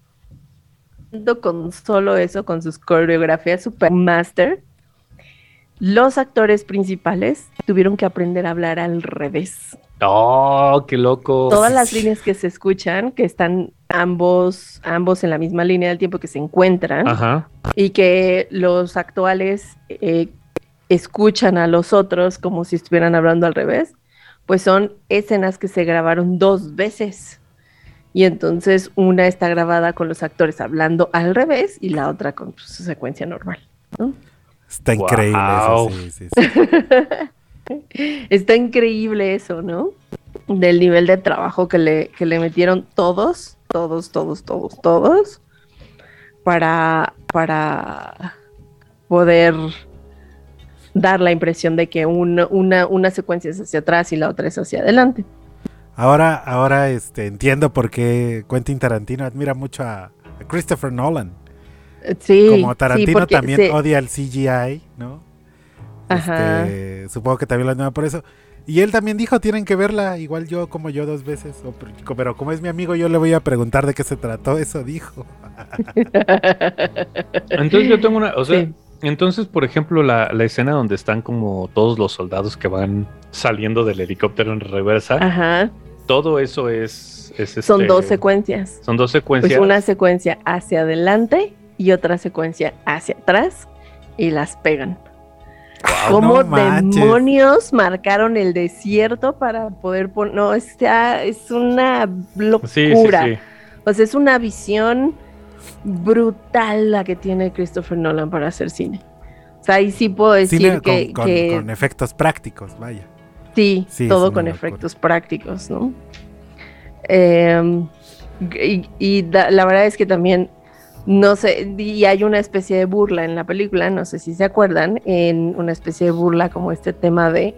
S1: con solo eso, con sus coreografías super master, los actores principales tuvieron que aprender a hablar al revés.
S2: ¡Oh, qué loco!
S1: Todas las líneas que se escuchan, que están ambos en la misma línea del tiempo que se encuentran,
S2: Ajá.
S1: y que los actuales escuchan a los otros como si estuvieran hablando al revés, pues son escenas que se grabaron 2 veces. Y entonces una está grabada con los actores hablando al revés y la otra con su secuencia normal, ¿no?
S3: Está increíble
S2: Wow.
S3: eso, sí.
S1: Está increíble eso, ¿no? Del nivel de trabajo que le metieron todos para poder dar la impresión de que una secuencia es hacia atrás y la otra es hacia adelante.
S3: Ahora entiendo por qué Quentin Tarantino admira mucho a Christopher Nolan.
S1: Sí,
S3: Como Tarantino
S1: porque
S3: también odia el CGI, ¿no?
S1: Ajá.
S3: Supongo que también lo admira por eso. Y él también dijo, tienen que verla, igual yo 2 veces. Pero como es mi amigo, yo le voy a preguntar de qué se trató, eso dijo.
S2: Entonces yo tengo una, o sea,
S1: Sí.
S2: entonces, por ejemplo, la escena donde están como todos los soldados que van saliendo del helicóptero en reversa,
S1: Ajá.
S2: todo eso es
S1: Son 2 secuencias.
S2: Son 2
S1: Pues
S2: secuencias.
S1: una secuencia hacia adelante y otra secuencia hacia atrás y las pegan. ¿Cómo
S3: no manches.
S1: demonios marcaron el desierto para poder poner? No, es una
S2: Sí,
S1: locura.
S2: sí.
S1: O sea, es una visión brutal la que tiene Christopher Nolan para hacer cine. O sea, ahí sí puedo decir
S3: Cine
S1: que
S3: con efectos prácticos, vaya.
S1: sí,
S3: Sí,
S1: todo
S3: es una
S1: con
S3: locura.
S1: efectos prácticos, ¿no? La verdad es que también, no sé, y hay una especie de burla en la película, no sé si se acuerdan, en una especie de burla como este tema de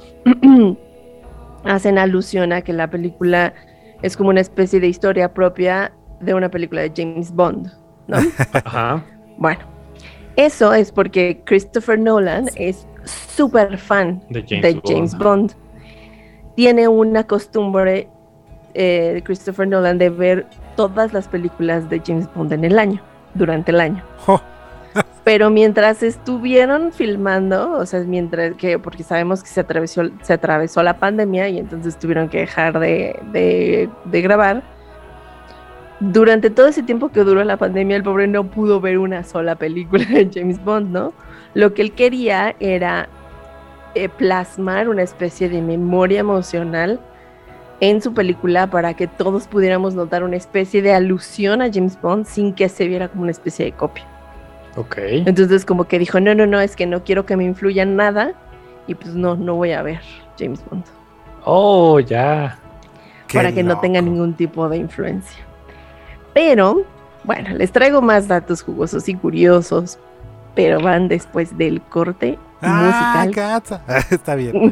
S1: hacen alusión a que la película es como una especie de historia propia de una película de James Bond, ¿no?
S2: Ajá.
S1: Bueno, eso es porque Christopher Nolan es súper fan
S2: De
S1: de James Bond. Tiene una costumbre Christopher Nolan de ver todas las películas de James Bond en el año, durante el año.
S3: ¡Jo!
S1: Pero mientras estuvieron filmando, o sea, porque sabemos que se atravesó la pandemia y entonces tuvieron que dejar de grabar. Durante todo ese tiempo que duró la pandemia, el pobre no pudo ver una sola película de James Bond, ¿no? Lo que él quería era plasmar una especie de memoria emocional en su película para que todos pudiéramos notar una especie de alusión a James Bond sin que se viera como una especie de copia.
S2: Ok.
S1: Entonces como que dijo, no, es que no quiero que me influya nada y pues no voy a ver James Bond.
S2: Oh, ya.
S1: Para que no tenga ningún tipo de influencia. Pero, bueno, les traigo más datos jugosos y curiosos, pero van después del corte musical.
S3: Caza. Está bien.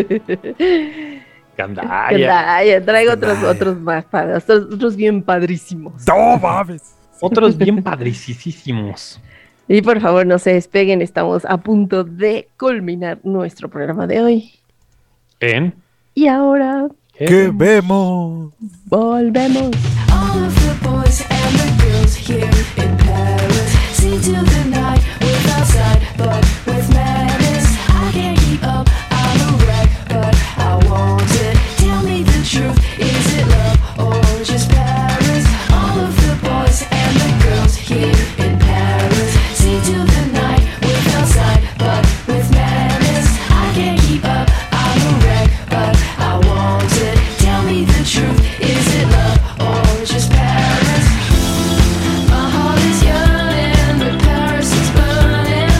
S2: Gandaya.
S1: Traigo otros más padres, otros bien padrísimos.
S3: ¡No mames!
S2: Otros bien padricísimos.
S1: Y por favor, no se despeguen, estamos a punto de culminar nuestro programa de hoy. Y ahora
S3: ¿Qué vemos?
S1: volvemos.
S4: All of the boys and the girls here in Paris see to the night without sight, but with madness. I can't keep up, I'm a wreck, but I want it. Tell me the truth, is it love or just Paris? All of the boys and the girls here in Paris see to the night without sight, but with madness. I can't keep up, I'm a wreck, but I want it. Tell me the truth, is it love or just Paris? My heart is yearning, but Paris is burning.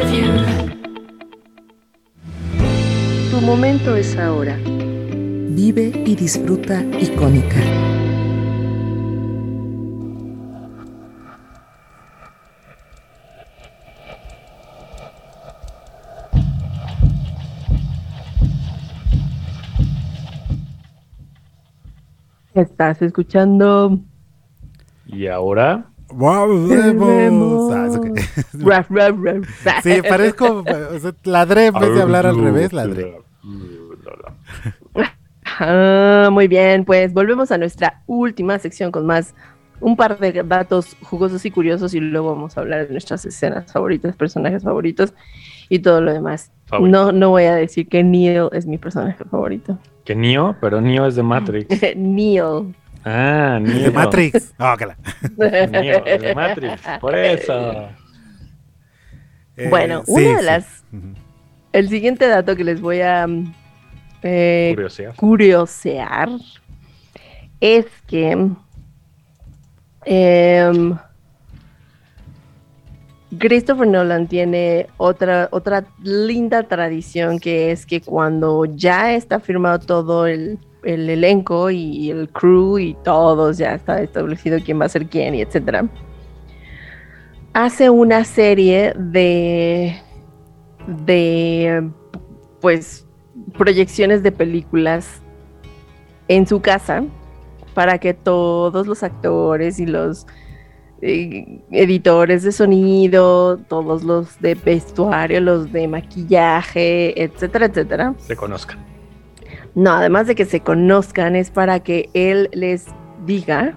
S4: with you.
S7: Tu momento es ahora. Vive y disfruta Icónica.
S1: Estás escuchando.
S2: Y ahora,
S3: Volvemos. Eso que-
S1: Raf, raf, raf.
S3: Sí, parezco. O sea, ladré en vez de hablar al revés, ladré.
S1: Muy bien, pues volvemos a nuestra última sección con un par de datos jugosos y curiosos y luego vamos a hablar de nuestras escenas favoritas, personajes favoritos y todo lo demás.
S2: Favorito.
S1: No voy a decir que Neo es mi personaje favorito.
S2: que Neo, pero Neo es de Matrix.
S1: Neo.
S2: Ah, Neo.
S3: De Matrix. Ócala.
S2: Neo, es de Matrix. Por eso.
S1: Bueno,
S3: Sí,
S1: una de
S3: sí.
S1: las...
S3: Ujú.
S1: El siguiente dato que les voy a
S2: Curiosidad.
S1: curiosear es que Christopher Nolan tiene otra linda tradición, que es que cuando ya está firmado todo el elenco y el crew y todos, ya está establecido quién va a ser quién y etcétera, hace una serie de pues proyecciones de películas en su casa para que todos los actores y los editores de sonido, todos los de vestuario, los de maquillaje, etcétera, etcétera,
S2: Se conozcan.
S1: no, además de que se conozcan, es para que él les diga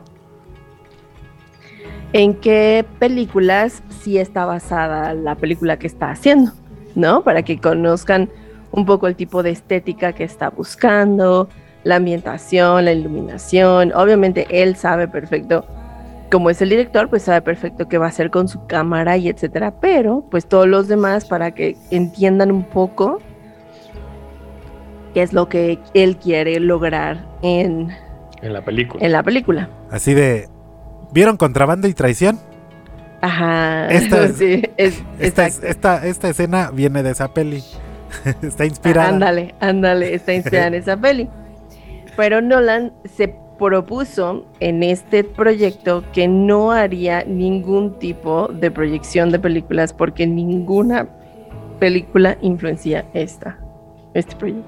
S1: en qué películas sí está basada la película que está haciendo, ¿no? Para que conozcan un poco el tipo de estética que está buscando, la ambientación, la iluminación. Obviamente él sabe perfecto, como es el director, pues sabe perfecto qué va a hacer con su cámara y etcétera, pero pues todos los demás para que entiendan un poco qué es lo que él quiere lograr en
S2: En la película.
S1: la película.
S3: Así de. ¿Vieron Contrabando y Traición?
S1: Ajá.
S3: Esta-
S1: sí, exacto.
S3: Esta escena viene de esa peli. Está inspirada.
S1: Ándale, está inspirada en esa peli. Pero Nolan se propuso en este proyecto que no haría ningún tipo de proyección de películas porque ninguna película influencia este proyecto.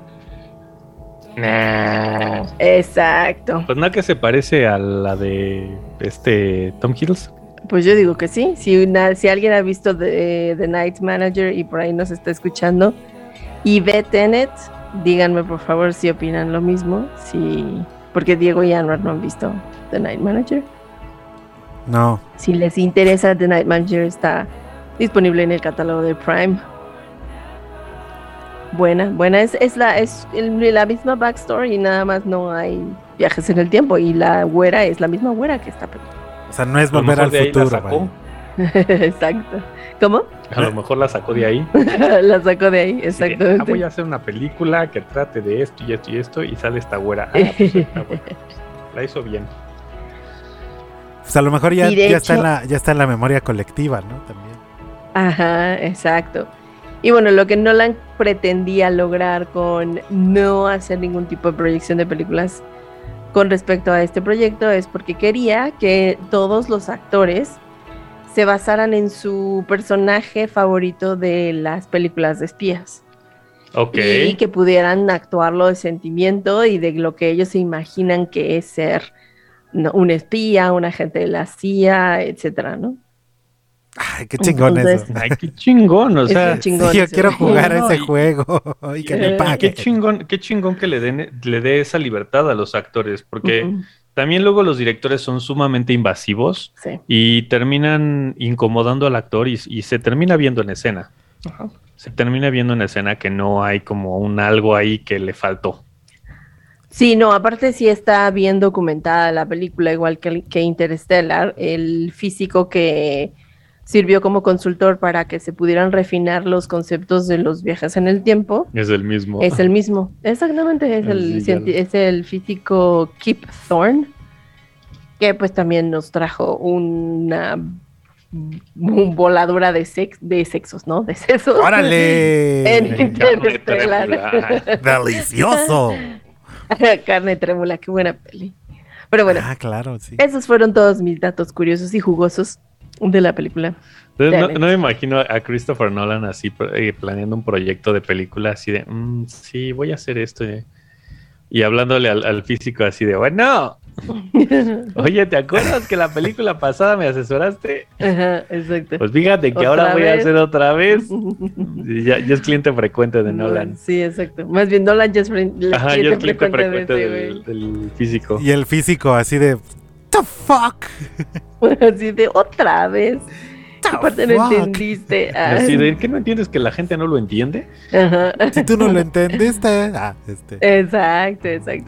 S2: Nah.
S1: Exacto.
S2: Pues nada que se parece a la de Tom Hiddleston.
S1: Pues yo digo que sí. Si alguien ha visto The Night Manager y por ahí nos está escuchando y ve Tenet, díganme por favor si opinan lo mismo. Porque Diego y Anwar no han visto The Night Manager.
S3: No.
S1: Si les interesa, The Night Manager está disponible en el catálogo de Prime. Buena, es la misma backstory y nada más no hay viajes en el tiempo y la güera es la misma güera que esta película.
S3: O sea, no es
S2: A lo
S3: volver
S2: mejor
S3: al
S2: de ahí la
S3: futuro.
S2: sacó.
S3: vaya.
S1: Exacto. ¿Cómo?
S2: A lo mejor la sacó de ahí.
S1: La sacó de ahí,
S2: Así de,
S1: exactamente.
S2: voy a hacer una película que trate de esto y esto y esto y sale esta güera. Pues está bueno. La hizo bien.
S3: Pues a lo mejor ya,
S1: Y de
S3: ya está
S1: hecho-
S3: ya está en la memoria colectiva, ¿no? También.
S1: Ajá, exacto. Y bueno, lo que Nolan pretendía lograr con no hacer ningún tipo de proyección de películas con respecto a este proyecto es porque quería que todos los actores se basaran en su personaje favorito de las películas de espías.
S2: Ok.
S1: Y que pudieran actuarlo de sentimiento y de lo que ellos se imaginan que es ser, ¿no?, un espía, un agente de la CIA, etcétera, ¿no?
S3: Ay, qué chingón
S1: Entonces-
S3: eso.
S2: Ay, qué chingón, o
S1: Es
S2: sea.
S1: un chingón
S3: Sí, yo
S1: ese.
S3: quiero jugar
S2: No,
S3: ese
S2: y-
S3: juego y que me
S2: Qué
S3: paguen.
S2: qué chingón que le dé esa libertad a los actores, porque
S1: Ujú,
S2: también luego los directores son sumamente invasivos
S1: sí.
S2: y terminan incomodando al actor y se termina viendo en escena. Se termina viendo en escena que no hay como un algo ahí que le faltó.
S1: Sí, no, aparte sí está bien documentada la película, igual que Interstellar, el físico que sirvió como consultor para que se pudieran refinar los conceptos de los viajes en el tiempo.
S2: Es el mismo.
S1: Es el mismo, exactamente, es el físico Kip Thorne, que pues también nos trajo una voladora de sexos, ¿no? De sesos.
S3: ¡Órale!
S1: En Interestelar.
S3: ¡Delicioso!
S1: Carne trémula, qué buena peli. Pero bueno,
S3: Claro, sí.
S1: esos fueron todos mis datos curiosos y jugosos de la película.
S2: Entonces, no me imagino a Christopher Nolan así planeando un proyecto de película así de, sí, voy a hacer esto. Y hablándole al físico así de, bueno, oye, ¿te acuerdas que la película pasada me asesoraste?
S1: Ajá, exacto.
S2: Pues fíjate que ahora voy a hacer otra vez. Ya es cliente frecuente de Nolan.
S1: Sí, exacto. Más bien Nolan ya es cliente
S2: frecuente
S1: de
S2: del físico.
S3: Y el físico así de, ¿the fuck?
S1: Así de, otra vez. ¿Qué parte no entendiste?
S2: Así de, ¿qué no entiendes que la gente no lo entiende?
S1: Ajá.
S3: Si tú no lo entendiste.
S1: Exacto.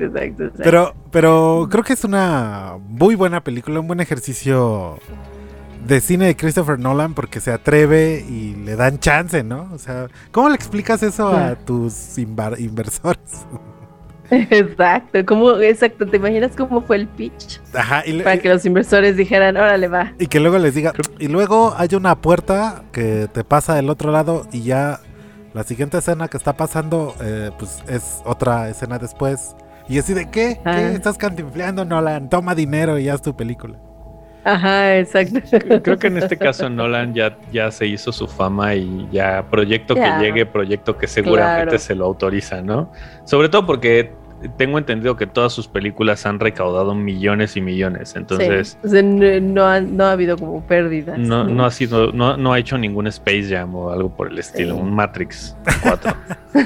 S3: Pero creo que es una muy buena película, un buen ejercicio de cine de Christopher Nolan porque se atreve y le dan chance, ¿no? O sea, ¿cómo le explicas eso a tus inversores?
S1: Exacto, ¿te imaginas cómo fue el pitch?
S3: Ajá,
S1: para que los inversores dijeran, órale, va.
S3: Y que luego les diga, y luego hay una puerta que te pasa del otro lado y ya la siguiente escena que está pasando, pues es otra escena después. Y así de, ¿qué? ¿Qué estás cantinfleando, Nolan? Toma dinero y haz tu película.
S1: Ajá, exacto.
S2: Creo que en este caso Nolan ya se hizo su fama y ya proyecto que llegue, proyecto que seguramente se lo autoriza, ¿no? Sobre todo porque tengo entendido que todas sus películas han recaudado millones y millones, entonces...
S1: Sí. O sea, no ha habido como pérdidas.
S2: No ha hecho ningún Space Jam o algo por el estilo, un Matrix 4.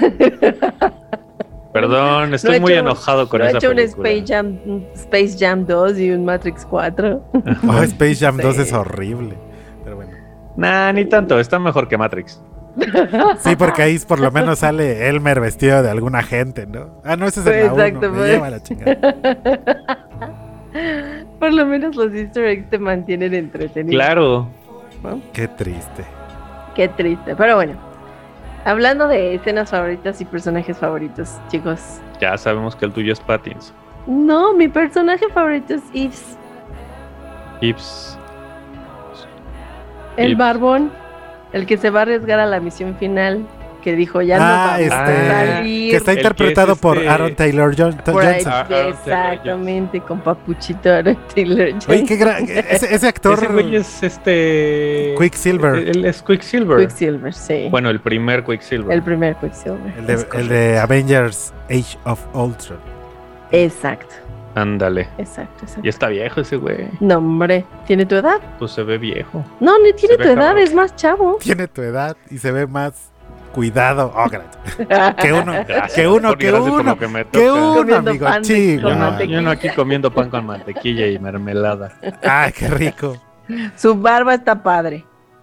S2: Perdón, estoy muy enojado con esa película.
S1: No ha hecho un Space Jam 2 y un Matrix 4.
S3: Oh, Space Jam 2 es horrible, pero bueno.
S2: Nah, ni tanto, está mejor que Matrix.
S3: Sí, porque ahí por lo menos sale Elmer vestido de algún agente, ¿no? No, ese es el
S1: exacto,
S3: me lleva la chingada.
S1: Por lo menos los easter eggs te mantienen entretenido.
S2: Claro.
S1: ¿No?
S3: Qué triste.
S1: Qué triste, pero bueno. Hablando de escenas favoritas y personajes favoritos, chicos.
S2: Ya sabemos que el tuyo es Pattinson.
S1: No, mi personaje favorito es Yves.
S2: Yves.
S1: El barbón. El que se va a arriesgar a la misión final. Que dijo, ya no vamos a salir.
S3: Que está interpretado por Aaron Taylor Johnson.
S1: Exactamente, con papuchito Aaron Taylor Johnson.
S3: Oye, ese actor...
S2: Ese güey es
S3: Quicksilver.
S2: Él es Quicksilver.
S1: Quicksilver, sí.
S2: Bueno, el primer Quicksilver.
S1: El primer Quicksilver.
S3: El de Avengers Age of Ultron.
S1: Exacto.
S2: Ándale.
S1: Exacto.
S2: Y está viejo ese güey.
S1: No, hombre. ¿Tiene tu edad?
S2: Pues se ve viejo.
S1: No, ni tiene tu edad, es más chavo.
S3: Tiene tu edad y se ve más cuidado. Oh, gracias. Que uno, amigo.
S2: Yo no aquí comiendo pan con mantequilla y mermelada.
S3: Ay, qué rico.
S1: Su barba está padre.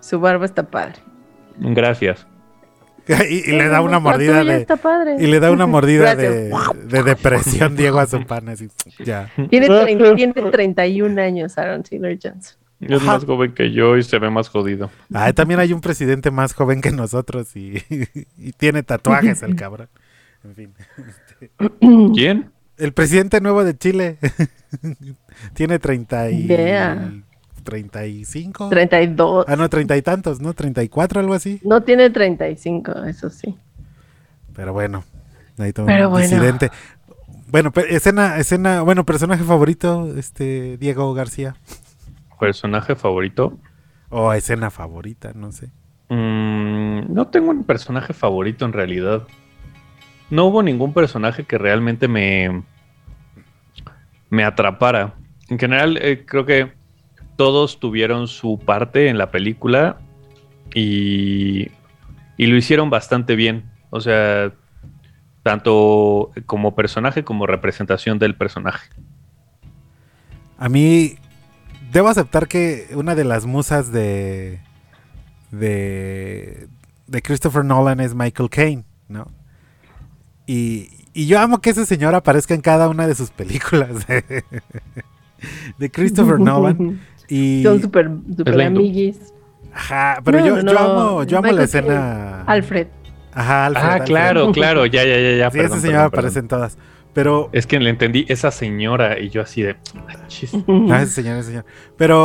S2: Gracias.
S3: Y le da una mordida y le da una mordida de depresión Diego a su pan así, ya.
S1: Tiene 31 años Aaron Taylor Johnson.
S2: Es más joven que yo y se ve más jodido.
S3: También hay un presidente más joven que nosotros y tiene tatuajes el cabrón. En fin.
S2: ¿Quién?
S3: El presidente nuevo de Chile. Tiene 35.
S1: 32.
S3: No, 30 y tantos, ¿no? 34, algo así.
S1: No tiene 35, eso sí.
S3: Pero bueno, ahí todo un presidente. Bueno, bueno, personaje favorito, Diego García.
S2: ¿Personaje favorito?
S3: O escena favorita, no sé.
S2: No tengo un personaje favorito en realidad. No hubo ningún personaje que realmente me atrapara. En general, creo que todos tuvieron su parte en la película y lo hicieron bastante bien. O sea, tanto como personaje como representación del personaje.
S3: A mí, debo aceptar que una de las musas de Christopher Nolan es Michael Caine, ¿no? Y yo amo que ese señor aparezca en cada una de sus películas de Christopher Nolan. Y
S1: son súper amiguis.
S3: Ajá, pero yo amo la escena.
S1: Alfred.
S3: Ajá, Alfred.
S2: Alfred. Claro, ya.
S3: Sí, ese señor aparece en todas. Pero
S2: es que le entendí esa señora y yo así de
S3: ese señor. Pero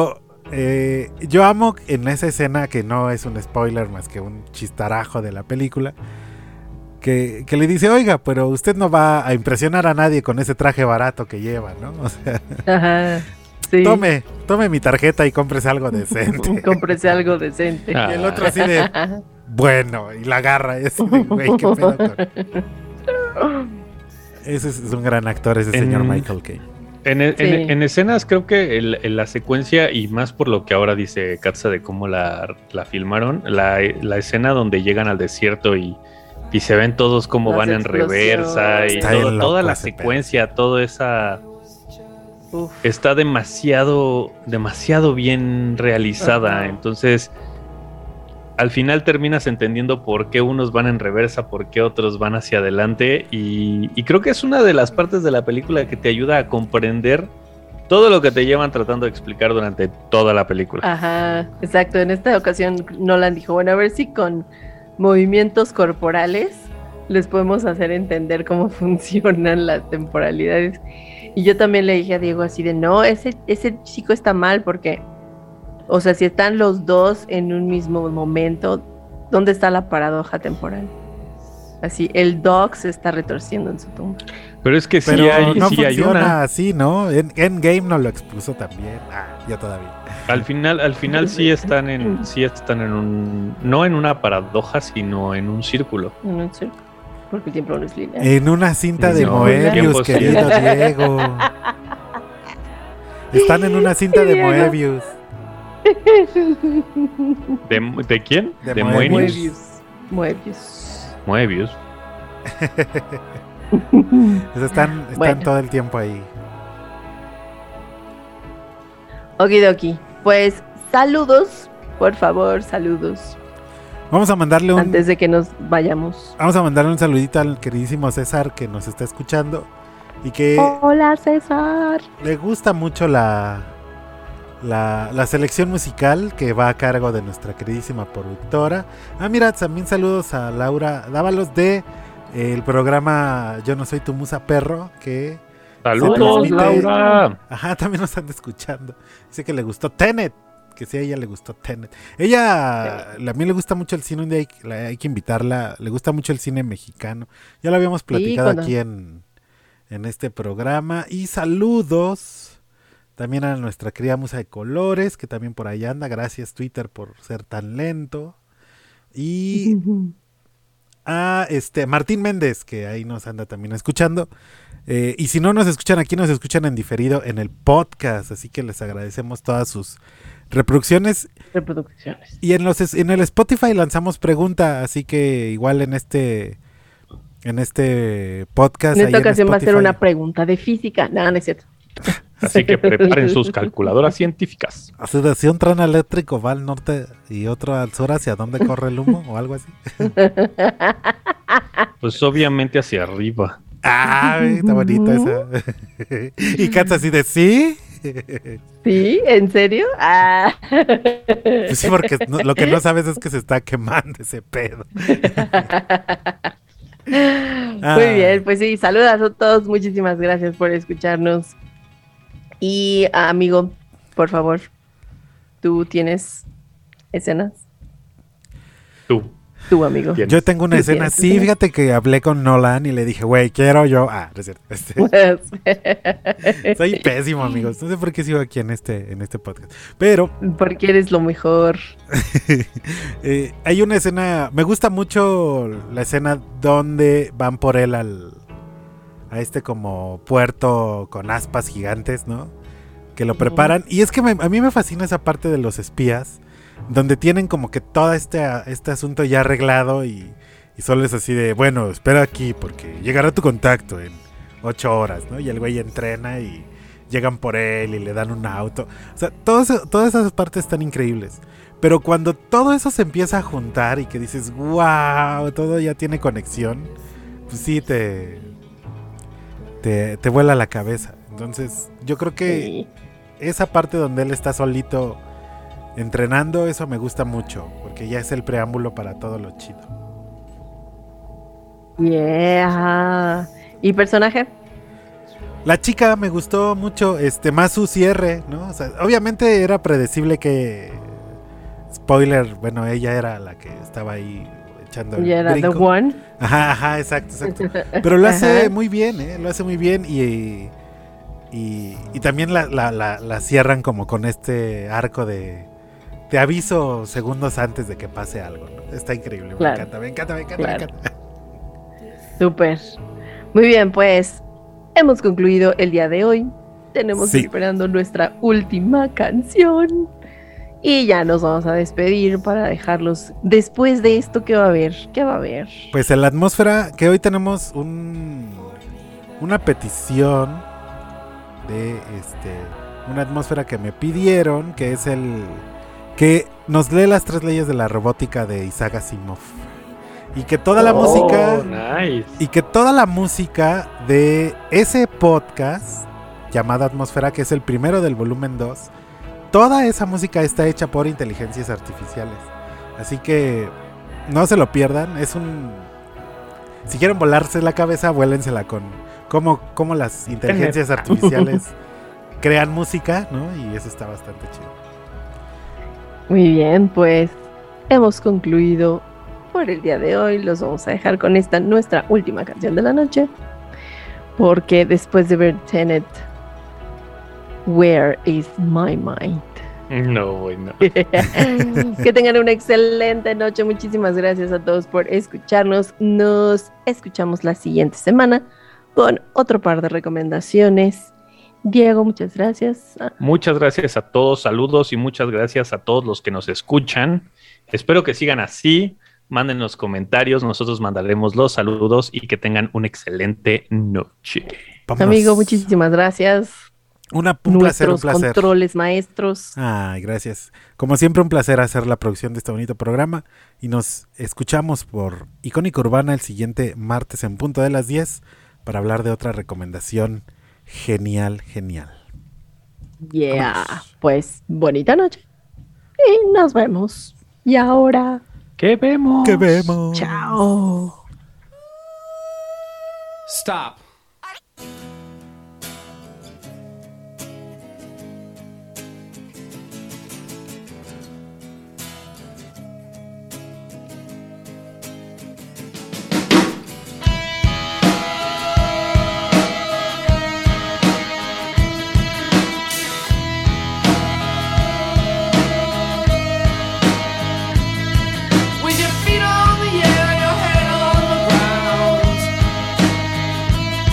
S3: Yo amo en esa escena, que no es un spoiler más que un chistarajo de la película, que le dice, oiga, pero usted no va a impresionar a nadie con ese traje barato que lleva, ¿no? O sea,
S1: Ajá, sí.
S3: tome mi tarjeta y cómprese algo decente.
S1: Cómprese algo decente.
S3: Y el otro así de, bueno, y la agarra, y así de, güey, qué pedo con... Ese es un gran actor, ese señor Michael Caine.
S2: En escenas creo que en la secuencia, y más por lo que ahora dice Katza de cómo la filmaron, la escena donde llegan al desierto y se ven todos cómo van en reversa y toda la secuencia, toda esa... Uf. Está demasiado bien realizada. Entonces al final terminas entendiendo por qué unos van en reversa, por qué otros van hacia adelante, y creo que es una de las partes de la película que te ayuda a comprender todo lo que te llevan tratando de explicar durante toda la película.
S1: Ajá, exacto. En esta ocasión Nolan dijo, bueno, a ver si con movimientos corporales les podemos hacer entender cómo funcionan las temporalidades. Y yo también le dije a Diego así de, no, ese chico está mal porque... O sea, si están los dos en un mismo momento, ¿dónde está la paradoja temporal? Así, el Doc se está retorciendo en su tumba.
S2: Pero es que
S3: no
S2: sí hay una.
S3: Así, ¿no? Endgame nos lo expuso también. Ya todavía.
S2: Al final sí están en un, no en una paradoja, sino en un círculo.
S1: En un círculo. Porque el tiempo no es lineal.
S3: En una cinta de Moebius, querido Diego. Están en una cinta de Moebius.
S2: ¿De quién?
S3: De
S1: Moebius.
S3: Están bueno, todo el tiempo ahí.
S1: Okidoki. Pues saludos, por favor, saludos.
S3: Vamos a mandarle
S1: antes de que nos vayamos.
S3: Vamos a mandarle un saludito al queridísimo César que nos está escuchando y que...
S1: Hola, César.
S3: Le gusta mucho la selección musical que va a cargo de nuestra queridísima productora. Mira, también saludos a Laura Dávalos de el programa Yo no soy tu musa perro, que
S2: saludos Laura.
S3: Ajá, también nos anda escuchando. Dice que le gustó Tenet, que sí, a ella le gustó Tenet. Ella, a mí le gusta mucho el cine, un día hay que invitarla. Le gusta mucho el cine mexicano. Ya lo habíamos platicado aquí en este programa. Y saludos también a nuestra querida Musa de Colores, que también por ahí anda. Gracias, Twitter, por ser tan lento. Y a Martín Méndez, que ahí nos anda también escuchando. Y si no nos escuchan aquí, nos escuchan en diferido en el podcast. Así que les agradecemos todas sus reproducciones. Y en el Spotify lanzamos pregunta, así que igual en este podcast.
S1: En esta ocasión va a ser una pregunta de física. No es cierto.
S2: Así que preparen sus calculadoras científicas.
S3: Así de, si un tren eléctrico va al norte y otro al sur, ¿hacia dónde corre el humo? O algo así.
S2: Pues obviamente hacia arriba.
S3: Está bonita esa. Y Katz así de, ¿sí?
S1: ¿Sí? ¿En serio?
S3: Pues sí, porque lo que no sabes es que se está quemando ese pedo.
S1: Muy bien, pues sí, saludos a todos, muchísimas gracias por escucharnos. Y amigo, por favor, ¿tú tienes escenas? Tú, amigo.
S3: Yo tengo una escena, sí, fíjate que hablé con Nolan y le dije, güey, quiero yo. No es cierto. Soy pésimo, amigos. No sé por qué sigo aquí en este podcast. Pero.
S1: Porque eres lo mejor.
S3: Hay una escena. Me gusta mucho la escena donde van por él a como puerto con aspas gigantes, ¿no? Que lo preparan. Y es que a mí me fascina esa parte de los espías, donde tienen como que todo este asunto ya arreglado y solo es así de, bueno, espera aquí porque llegará tu contacto en 8 horas, ¿no? Y el güey entrena y llegan por él y le dan un auto. O sea, todas esas partes están increíbles. Pero cuando todo eso se empieza a juntar y que dices, wow, todo ya tiene conexión, pues sí, te vuela la cabeza. Entonces, yo creo que esa parte donde él está solito entrenando, eso me gusta mucho, porque ya es el preámbulo para todo lo chido.
S1: Yeah. ¿Y personaje?
S3: La chica me gustó mucho, más su cierre, ¿no? O sea, obviamente era predecible que, spoiler, bueno, ella era la que estaba ahí echando el
S1: Ya era
S3: brinco.
S1: The One.
S3: Ajá, exacto. Pero lo hace muy bien, lo hace muy bien y también la cierran como con este arco de aviso segundos antes de que pase algo, ¿no? Está increíble,
S1: Claro.
S3: me encanta.
S1: Claro. Súper. Muy bien, pues hemos concluido el día de hoy. Tenemos esperando nuestra última canción. Y ya nos vamos a despedir para dejarlos después de esto. ¿Qué va a haber? ¿Qué va a haber?
S3: Pues en la atmósfera, que hoy tenemos una petición de una atmósfera que me pidieron, que es que nos lee las 3 leyes de la robótica de Isaac Asimov. Y que toda la música
S2: nice.
S3: Y que toda la música de ese podcast llamado Atmósfera, que es el primero del volumen 2, toda esa música está hecha por inteligencias artificiales. Así que no se lo pierdan. Si quieren volarse la cabeza, vuélensela con cómo las inteligencias artificiales crean música, ¿no? Y eso está bastante chido.
S1: Muy bien, pues hemos concluido por el día de hoy. Los vamos a dejar con esta, nuestra última canción de la noche, porque después de ver Tenet, Where is my mind?
S2: No, bueno.
S1: Que tengan una excelente noche. Muchísimas gracias a todos por escucharnos. Nos escuchamos la siguiente semana con otro par de recomendaciones. Diego, muchas gracias.
S2: Muchas gracias a todos, saludos y muchas gracias a todos los que nos escuchan. Espero que sigan así, mándenos comentarios, nosotros mandaremos los saludos y que tengan una excelente noche.
S3: Vámonos.
S1: Amigo, muchísimas gracias.
S3: Un placer.
S1: Controles maestros.
S3: Ay, gracias. Como siempre, un placer hacer la producción de este bonito programa y nos escuchamos por Icónica Urbana el siguiente martes en punto de las 10 para hablar de otra recomendación genial.
S1: Yeah,
S3: Vámonos.
S1: pues bonita noche y nos vemos. Y ahora,
S2: ¿Qué vemos?
S1: chao.
S10: Stop. With your feet on the air, your head on the ground.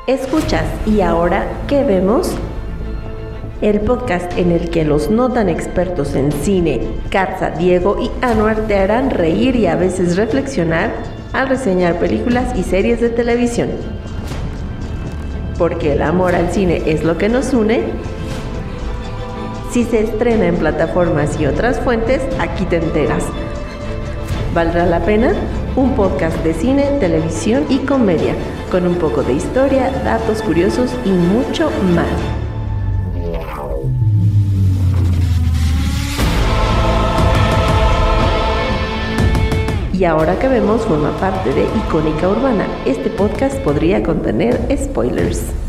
S10: Escuchas ¿Y ahora qué vemos? El podcast en el que los no tan expertos en cine, Katza, Diego y Anwar te harán reír y a veces reflexionar al reseñar películas y series de televisión. Porque el amor al cine es lo que nos une. Si se estrena en plataformas y otras fuentes, aquí te enteras. ¿Valdrá la pena? Un podcast de cine, televisión y comedia, con un poco de historia, datos curiosos y mucho más. Y ahora que vemos forma parte de Icónica Urbana, este podcast podría contener spoilers.